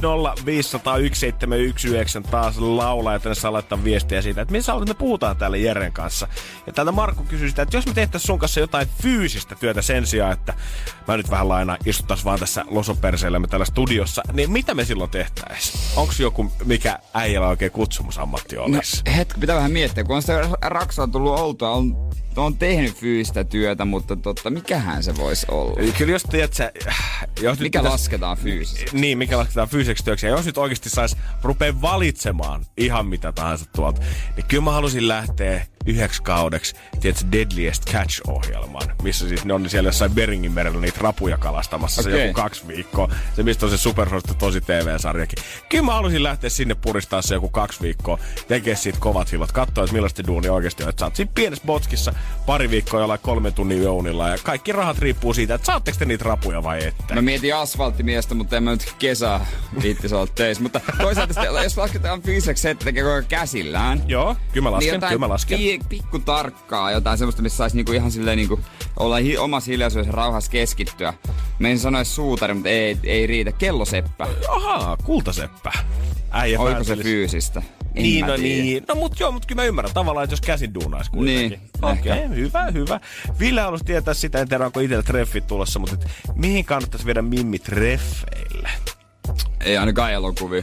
050501719 taas laulaa, ja tänne saa laittaa viestiä siitä, että missä me puhutaan täällä Jeren kanssa. Ja täältä Markku kysyy sitä, että jos me tehtäisiin sun kanssa jotain fyysistä työtä sen sijaan, että mä nyt vähän lainaan, istuttais vaan tässä losoperseillämme täällä studiossa, niin mitä me silloin tehtäisiin? Onks joku, mikä äijällä oikein kutsumusammatti olisi? No, hetki, pitää vähän miettiä, kun on sitä Raksaa tullut oltua, on tehnyt fyysistä työtä, mutta mikähän se voisi olla? Kyllä jos tiedät sä... Mikä lasketaan fyysisesti? Niin, mikä lasketaan fyysiseksi työksi. Ja jos nyt oikeasti sais rupea valitsemaan ihan mitä tahansa tuolta, niin kyllä mä halusin lähteä 9 kaudeksi, tiedätkö, Deadliest Catch-ohjelman, missä siis ne on siellä jossain Beringin merellä niitä rapuja kalastamassa se joku 2 viikkoa. Se mistä on se supersuosittu tosi TV-sarjakin. Kyllä mä halusin lähteä sinne puristaa se joku 2 viikkoa, tekee siitä kovat hillot, katsoa, että millaista duuni oikeasti on. Että sä oot siinä pienessä botskissa 2 viikkoa jollain 3 tunnin jounilla ja kaikki rahat riippuu siitä, että saatteko te niitä rapuja vai ette. Mä mietin asfalttimiestä, mutta en mä nyt kesää viittis olla töissä. Mutta toisaalta jos lasketaan fyysiseksi se, että tekee koko käsillään. Joo, kyllä mä lasken, niin pikku tarkkaa, jotain semmoista, missä saisi niinku ihan silleen niinku olla omassa hiljaisuudessa rauhassa keskittyä. Mä en sanoisi suutari, mutta ei riitä. Kelloseppä. Ahaa, kultaseppä. Äijä oliko se fyysistä? Niin. No mut kyllä mä ymmärrän tavallaan, että jos käsin duunaisi kuitenkin. Niin. Okei, hyvä. Ville halusi tietää sitä, en tiedä onko itsellä treffit tulossa, mutta mihin kannattaisi viedä mimmi treffeille? Ei ainakaan elokuvia.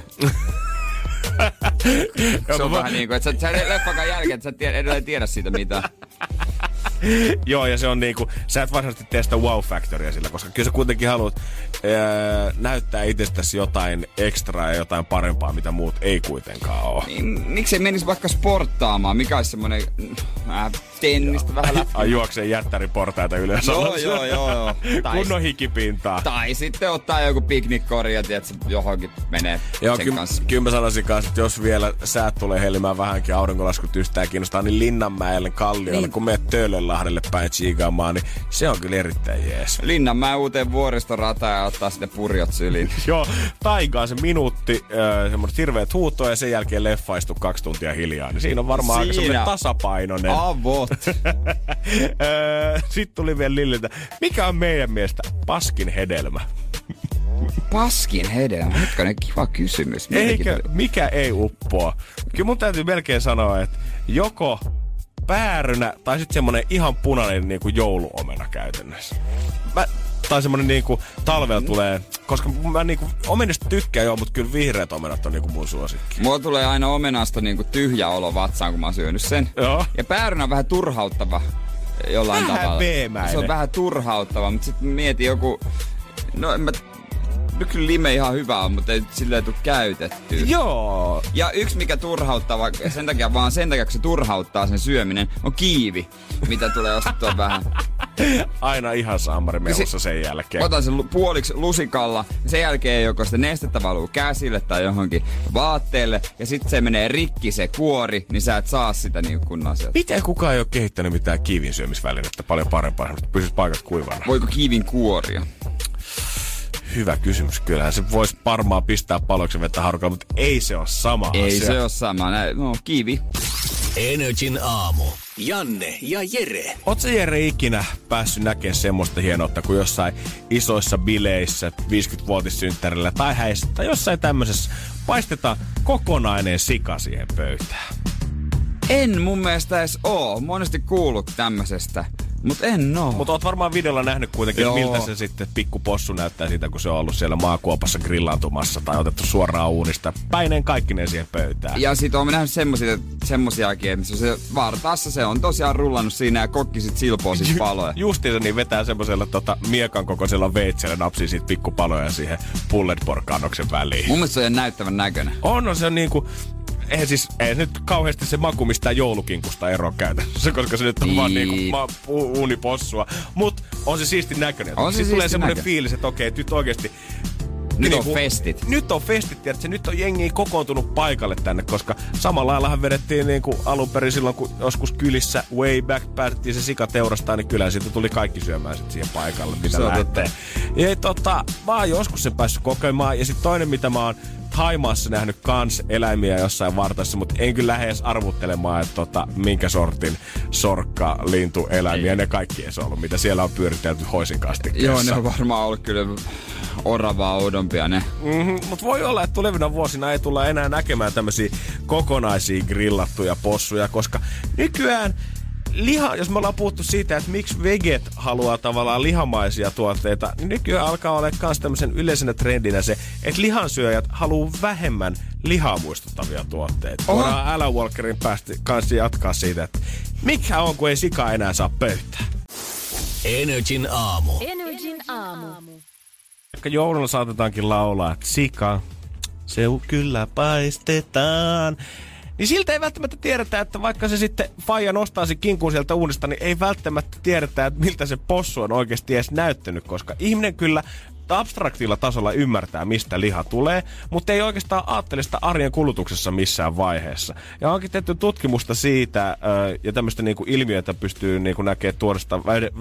Se on vähän niinku, että sä leffakaan jälkeen, että sä edelleen tiedä siitä mitään. Joo, ja se on niinku, sä et varsinaisesti tee sitä wow-factoria sillä, koska kyllä sä kuitenkin haluat näyttää itsestäsi jotain ekstraa ja jotain parempaa, mitä muut ei kuitenkaan ole. Niin, miksei menisi vaikka sporttaamaan? Mikä olisi semmonen tennistä vähän läpi? Ai juoksee jättäriportaita ylös. Joo. Kunnon hikipintaa. Tai sitten ottaa joku piknikkori ja tiedät, johonkin menee sen kanssa. Kyllä mä sanoisin kanssa, että jos vielä säät tulee hellimään vähänkin, aurinkolaskut yhtään kiinnostaa, niin Linnanmäelle, Kalliolle, kun menet Töölönlahdelle päin chiigaamaan, niin se on kyllä erittäin jees. Linnanmäen uuteen vuoristorataan ja ottaa sitten purjot syliin. Joo, taigaan se minuutti, semmoiset hirveät huutoa ja sen jälkeen leffaistu 2 tuntia hiljaa. Niin siinä on varmaan aika semmoinen tasapainoinen. Avot. Sitten tuli vielä Lilliltä, mikä on meidän mielestä paskin hedelmä? Paskin hedelmä? Hetkonen, kiva kysymys. Mikä ei uppoa? Kyllä mun täytyy melkein sanoa, että joko päärynä tai sitten semmonen ihan punainen niinku jouluomena käytännössä. Tai semmonen niinku talvella tulee, koska mä niinku omenista tykkään joo, mutta kyllä vihreät omenat on niinku mun suosikki. Mulla tulee aina omenasta niinku tyhjä olo vatsaan, kun mä oon syönyt sen. Joo. Ja päärynä on vähän turhauttava jollain tavalla. Veemäinen. Se on vähän turhauttava, mutta sitten mietin joku... No kyllä lime ihan hyvä on, mutta ei sillä ei tule käytettyä. Joo. Ja yksi mikä turhauttava, sen takia kun se turhauttaa sen syöminen, on kiivi, mitä tulee ostettua vähän. Aina ihan sammarimehussa sen jälkeen. Otan sen puoliksi lusikalla, sen jälkeen joko sitä nestettä valuu käsille tai johonkin vaatteelle, ja sitten se menee rikki se kuori, niin sä et saa sitä niin kunnon sieltä. Miten kukaan ei ole kehittänyt mitään kiivin syömisvälinettä paljon parempaa, että pysyisi paikat kuivana? Voiko kiivin kuoria? Hyvä kysymys. Kyllähän se voisi varmaan pistää paloiksi vettä harukalla, mutta ei se ole sama asia. Ei se ole sama. No, kiivi. Energin aamu. Janne ja Jere. Oot sä, Jere, ikinä päässyt näkemään semmoista hienoutta kuin jossain isoissa bileissä, 50-vuotissynttärillä tai häissä tai jossain tämmöisessä paistetaan kokonainen sika siihen pöytään? En mun mielestä edes oo. Monesti kuullut tämmöisestä. Mut en oo. Mutta oot varmaan videolla nähnyt kuitenkin, miltä se sitten pikku possu näyttää siitä, kun se on ollut siellä maakuopassa grillaantumassa tai otettu suoraan uunista. Päineen kaikkineen siihen pöytään. Ja sit oon nähnyt semmosiakin, että se vartaassa se on tosiaan rullannut siinä ja kokki sit silpoo sit paloja. Justiinsa niin vetää semmosella miekan kokoisella veitsellä napsii siitä pikkupaloja siihen pulletporkannoksen väliin. Mun mielestä se on näyttävän näköinen. On se on niinku... Ei nyt kauheasti se maku mistään joulukinkusta ero käytännössä, koska se nyt on vaan niinku uunipossua. Mut on se siisti näköinen. Siis tulee semmoinen fiilis, että okei, nyt oikeesti... Nyt on festit. Nyt on festit, tiedätkö? Nyt on jengi kokoontunut paikalle tänne, koska samalla laillahan vedettiin niinku alun perin silloin, kun joskus kylissä way back päätettiin se sika teurastaa, niin kyllä siitä tuli kaikki syömään sit siihen paikalle, mitä lähtee. Ja mä oon joskus sen päässyt kokemaan, ja sit toinen, mitä mä oon Thaimaassa nähnyt kans eläimiä jossain vartassa, mutta en kyllä lähde edes arvuttelemaan, että minkä sortin sorkka, lintu, eläimiä, ne kaikki edes ollut, mitä siellä on pyöritelty hoisinkastikkeessa. Joo, ne on varmaan ollut kyllä oravaa oudompia ne. Mutta voi olla, että tulevina vuosina ei tulla enää näkemään tämmöisiä kokonaisia grillattuja possuja, koska nykyään liha, jos me ollaan puhuttu siitä, että miksi veget haluaa tavallaan lihamaisia tuotteita, niin nykyään alkaa olla myös tämmöisen yleisenä trendinä se, että lihansyöjät haluaa vähemmän lihaa muistuttavia tuotteita. Voidaan Alan Walkerin kanssa jatkaa siitä, että mikä on, kun ei sika enää saa pöytää. Energin aamu. Ehkä joululla saatetaankin laulaa, että sika, se kyllä paistetaan. Niin siltä ei välttämättä tiedetä, että vaikka se sitten faija nostaa se kinkun sieltä uunista, niin ei välttämättä tiedetä, että miltä se possu on oikeasti edes näyttänyt, koska ihminen kyllä abstraktilla tasolla ymmärtää, mistä liha tulee, mutta ei oikeastaan ajattele sitä arjen kulutuksessa missään vaiheessa. Ja onkin tehty tutkimusta siitä, ja tämmöistä niinku ilmiötä pystyy niinku näkemään tuosta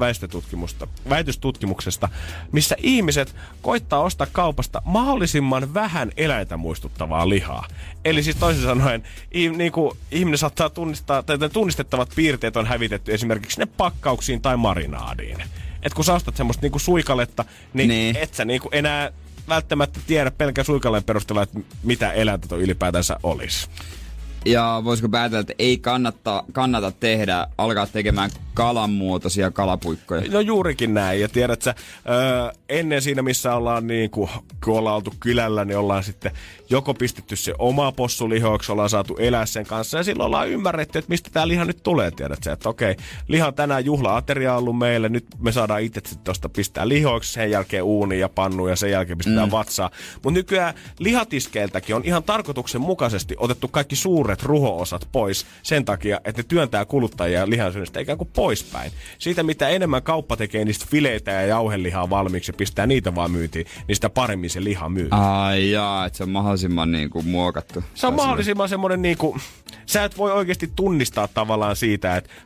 väitöstutkimuksesta, missä ihmiset koittaa ostaa kaupasta mahdollisimman vähän eläintä muistuttavaa lihaa. Eli siis toisin sanoen, niinku, ihminen saattaa tunnistaa, tai tunnistettavat piirteet on hävitetty esimerkiksi ne pakkauksiin tai marinaadiin. Et kun sä ostat semmoista niinku suikaletta, niin et sä niinku enää välttämättä tiedä pelkän suikalleen perusteella, että mitä eläintä toi ylipäätänsä olisi. Ja voisiko päätellä, että ei kannata alkaa tekemään kalanmuotoisia kalapuikkoja? No juurikin näin. Ja tiedät sä, ennen siinä missä ollaan niinku, kun ollaan oltu kylällä, niin ollaan sitten joko pistetty se oma possu lihoiksi, ollaan saatu elää sen kanssa. Ja silloin ollaan ymmärretty, että mistä tää liha nyt tulee, tiedät sä. Että okei, liha on tänään juhla-ateria ollut meille, nyt me saadaan itse sitten tosta pistää lihoiksi, sen jälkeen uuniin ja pannuun ja sen jälkeen pistetään vatsaa. Mutta nykyään lihatiskeiltäkin on ihan tarkoituksenmukaisesti otettu kaikki suuret ruho-osat pois sen takia, että ne työntää kuluttajia lihansyönnistä ikään kuin poispäin. Siitä mitä enemmän kauppa tekee niistä fileitä ja jauhelihaa valmiiksi ja pistää niitä vaan myyntiin, niin sitä paremmin se liha myy. Ai jaa, että se on mahdollisimman niinku muokattu. Se on mahdollisimman semmoinen niinku, sä et voi oikeasti tunnistaa tavallaan siitä, että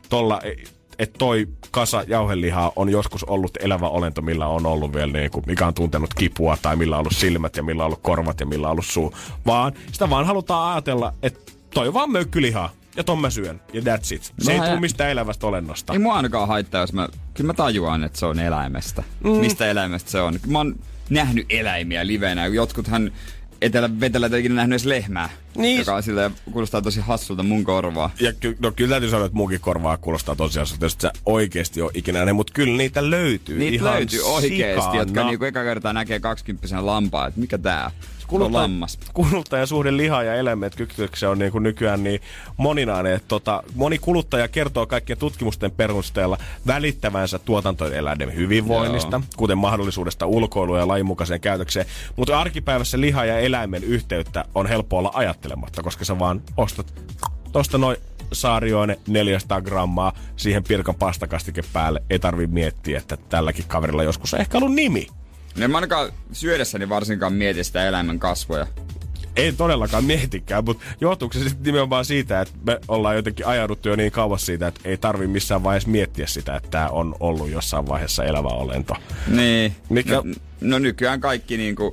toi kasa jauhelihaa on joskus ollut elävä olento, millä on ollut vielä niinku, mikä on tuntenut kipua tai millä on ollut silmät ja millä on ollut korvat ja millä on ollut suu. Vaan sitä vaan halutaan ajatella, että toi on vaan möykkylihaa. Ja ton mä syön. Ja that's it. Se ei tule mistään elävästä olennosta. Ei mua ainakaan haittaa, jos kyllä mä tajuan, että se on eläimestä. Mistä eläimestä se on. Mä oon nähnyt eläimiä livenä. Jotkuthan vetelä ei ikinä nähnyt edes lehmää. Niin. Joka sillä kuulostaa tosi hassulta mun korvaa. Ja kyllä täytyy sanoa, että munkin korvaa kuulostaa tosi hassulta, jos sä oikeesti ole ikinä nähnyt. Mutta kyllä niitä löytyy. Niitä ihan löytyy oikeesti, jotka niinku eka kertaa näkee 20-vuotiaan lampaa, että mikä tää kuluttajasuhde liha ja eläimet kytköksen on niinku nykyään niin moninainen, että moni kuluttaja kertoo kaikkien tutkimusten perusteella välittävänsä tuotantoeläinten hyvinvoinnista, kuten mahdollisuudesta ulkoiluun ja lajinmukaiseen käytökseen, mutta arkipäivässä liha ja eläimen yhteyttä on helppo olla ajattelematta, koska sä vaan ostat tosta noin saarioinen 400 grammaa siihen Pirkan pastakastike päälle. Ei tarvii miettiä, että tälläkin kaverilla joskus on ehkä ollut nimi. En mä ainakaan syödessäni varsinkaan mieti sitä eläimen kasvoja. Ei todellakaan mietikään, mutta johtuuko se sitten nimenomaan siitä, että me ollaan jotenkin ajauduttu jo niin kauas siitä, että ei tarvi missään vaiheessa miettiä sitä, että tämä on ollut jossain vaiheessa elävä olento. Niin. No nykyään kaikki niinku,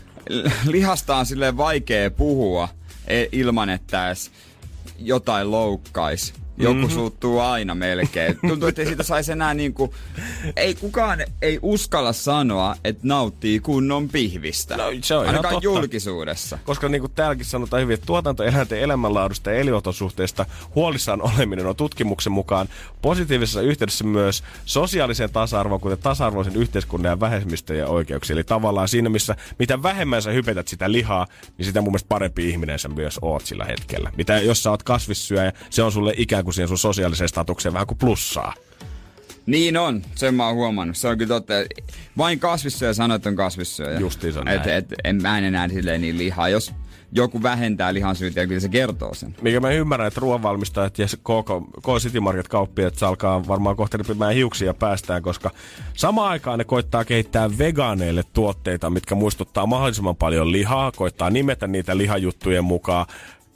lihasta on silleen vaikea puhua ilman, että edes jotain loukkaisi. Joku suuttuu aina melkein. Tuntuu, että siitä saisi enää niinku... Kukaan ei uskalla sanoa, että nauttii kunnon pihvistä. No, se on ainakaan julkisuudessa. Koska niin kuin täälläkin sanotaan hyvin, että tuotantoeläinten elämänlaadusta ja elinolosuhteista huolissaan oleminen on tutkimuksen mukaan positiivisessa yhteydessä myös sosiaaliseen tasa-arvoon, kuten tasa-arvoisen yhteiskunnan ja vähemmistöjen oikeuksia. Eli tavallaan siinä, missä mitä vähemmän sä hypetät sitä lihaa, niin sitä mun mielestä parempi ihminen sä myös oot sillä hetkellä. Mitä jos sä oot kasvissyöjä, se on sulle ikään kuin siihen sun sosiaaliseen statukseen vähän kuin plussaa. Niin on, sen mä oon huomannut. Se on kyllä totta. Vain kasvissyöjä sanoo, että on kasvissyöjä. Justiinsa näin. Mä en enää silleen niin lihaa. Jos joku vähentää lihansyöntiä, kyllä se kertoo sen. Mikä mä ymmärrän, että ruoanvalmistajat ja K-City Market-kauppiat alkaa varmaan kohta ripimään hiuksia päästään, koska samaan aikaan ne koittaa kehittää vegaaneille tuotteita, mitkä muistuttaa mahdollisimman paljon lihaa, koittaa nimetä niitä lihajuttujen mukaan.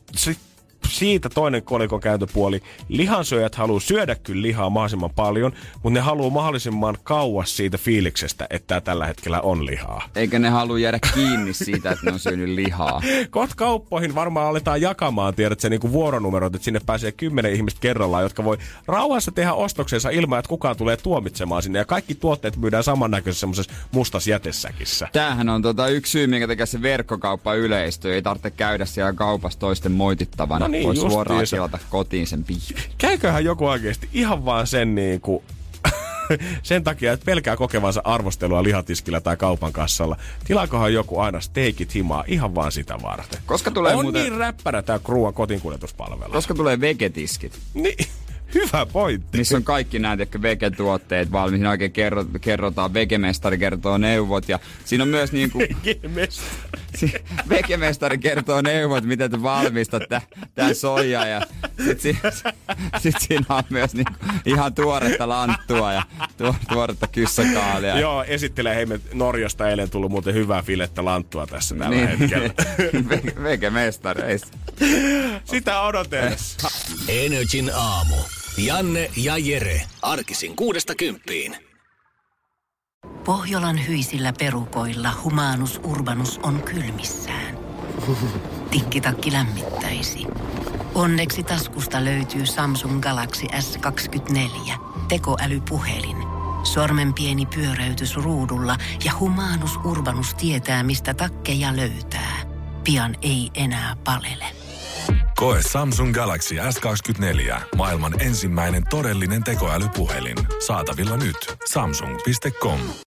Siitä toinen kolikon kääntöpuoli. Lihansyöjät haluaa syödä kyllä lihaa mahdollisimman paljon, mutta ne haluaa mahdollisimman kauas siitä fiiliksestä, että tällä hetkellä on lihaa. Eikä ne halua jäädä kiinni siitä, että ne on syönyt lihaa. Kohta kauppoihin varmaan aletaan jakamaan, tiedät se niinku vuoronumerot, että sinne pääsee 10 ihmistä kerrallaan, jotka voi rauhassa tehdä ostoksensa ilman, että kukaan tulee tuomitsemaan sinne. Ja kaikki tuotteet myydään samannäköisessä semmoisessa mustas jätesäkissä. Tämähän on yksi syy, minkä tekee se verkkokauppa yleistyy. Ei tarvitse käydä siellä kaupassa toisten moitittavana. niin, voi suoraan justiinsa. tilata kotiin sen pihvin. Käyköhän joku oikeesti ihan vaan sen niinku... sen takia, että pelkää kokevansa arvostelua lihatiskillä tai kaupan kassalla. Tilaakohan joku aina steikit himaa ihan vaan sitä varten. Koska tulee on muuten... niin räppärä tää ruoan kotiinkuljetuspalvelu. Koska tulee vegetiskit. Niin, hyvä pointti. Missä on kaikki nämä vegetuotteet valmiina. Siinä oikein kerrotaan, vegemestari kertoo neuvot. Ja siinä on myös niinku... Vegemestari kertoo neuvot, miten te valmistatte tää soija. Ja sit siinä on myös niinku ihan tuoretta lanttua ja tuoretta kyssäkaalia. Joo, esittelee heimme Norjasta eilen tullut muuten hyvää filettä lanttua tässä tällä hetkellä. Vegemestareissa. Sitä odotellessa. Energin aamu. Janne ja Jere. Arkisin 6–10. Pohjolan hyisillä perukoilla Humanus Urbanus on kylmissään. Tikkitakki lämmittäisi. Onneksi taskusta löytyy Samsung Galaxy S24. Tekoälypuhelin. Sormen pieni pyöräytys ruudulla ja Humanus Urbanus tietää, mistä takkeja löytää. Pian ei enää palele. Koe Samsung Galaxy S24. Maailman ensimmäinen todellinen tekoälypuhelin. Saatavilla nyt. Samsung.com.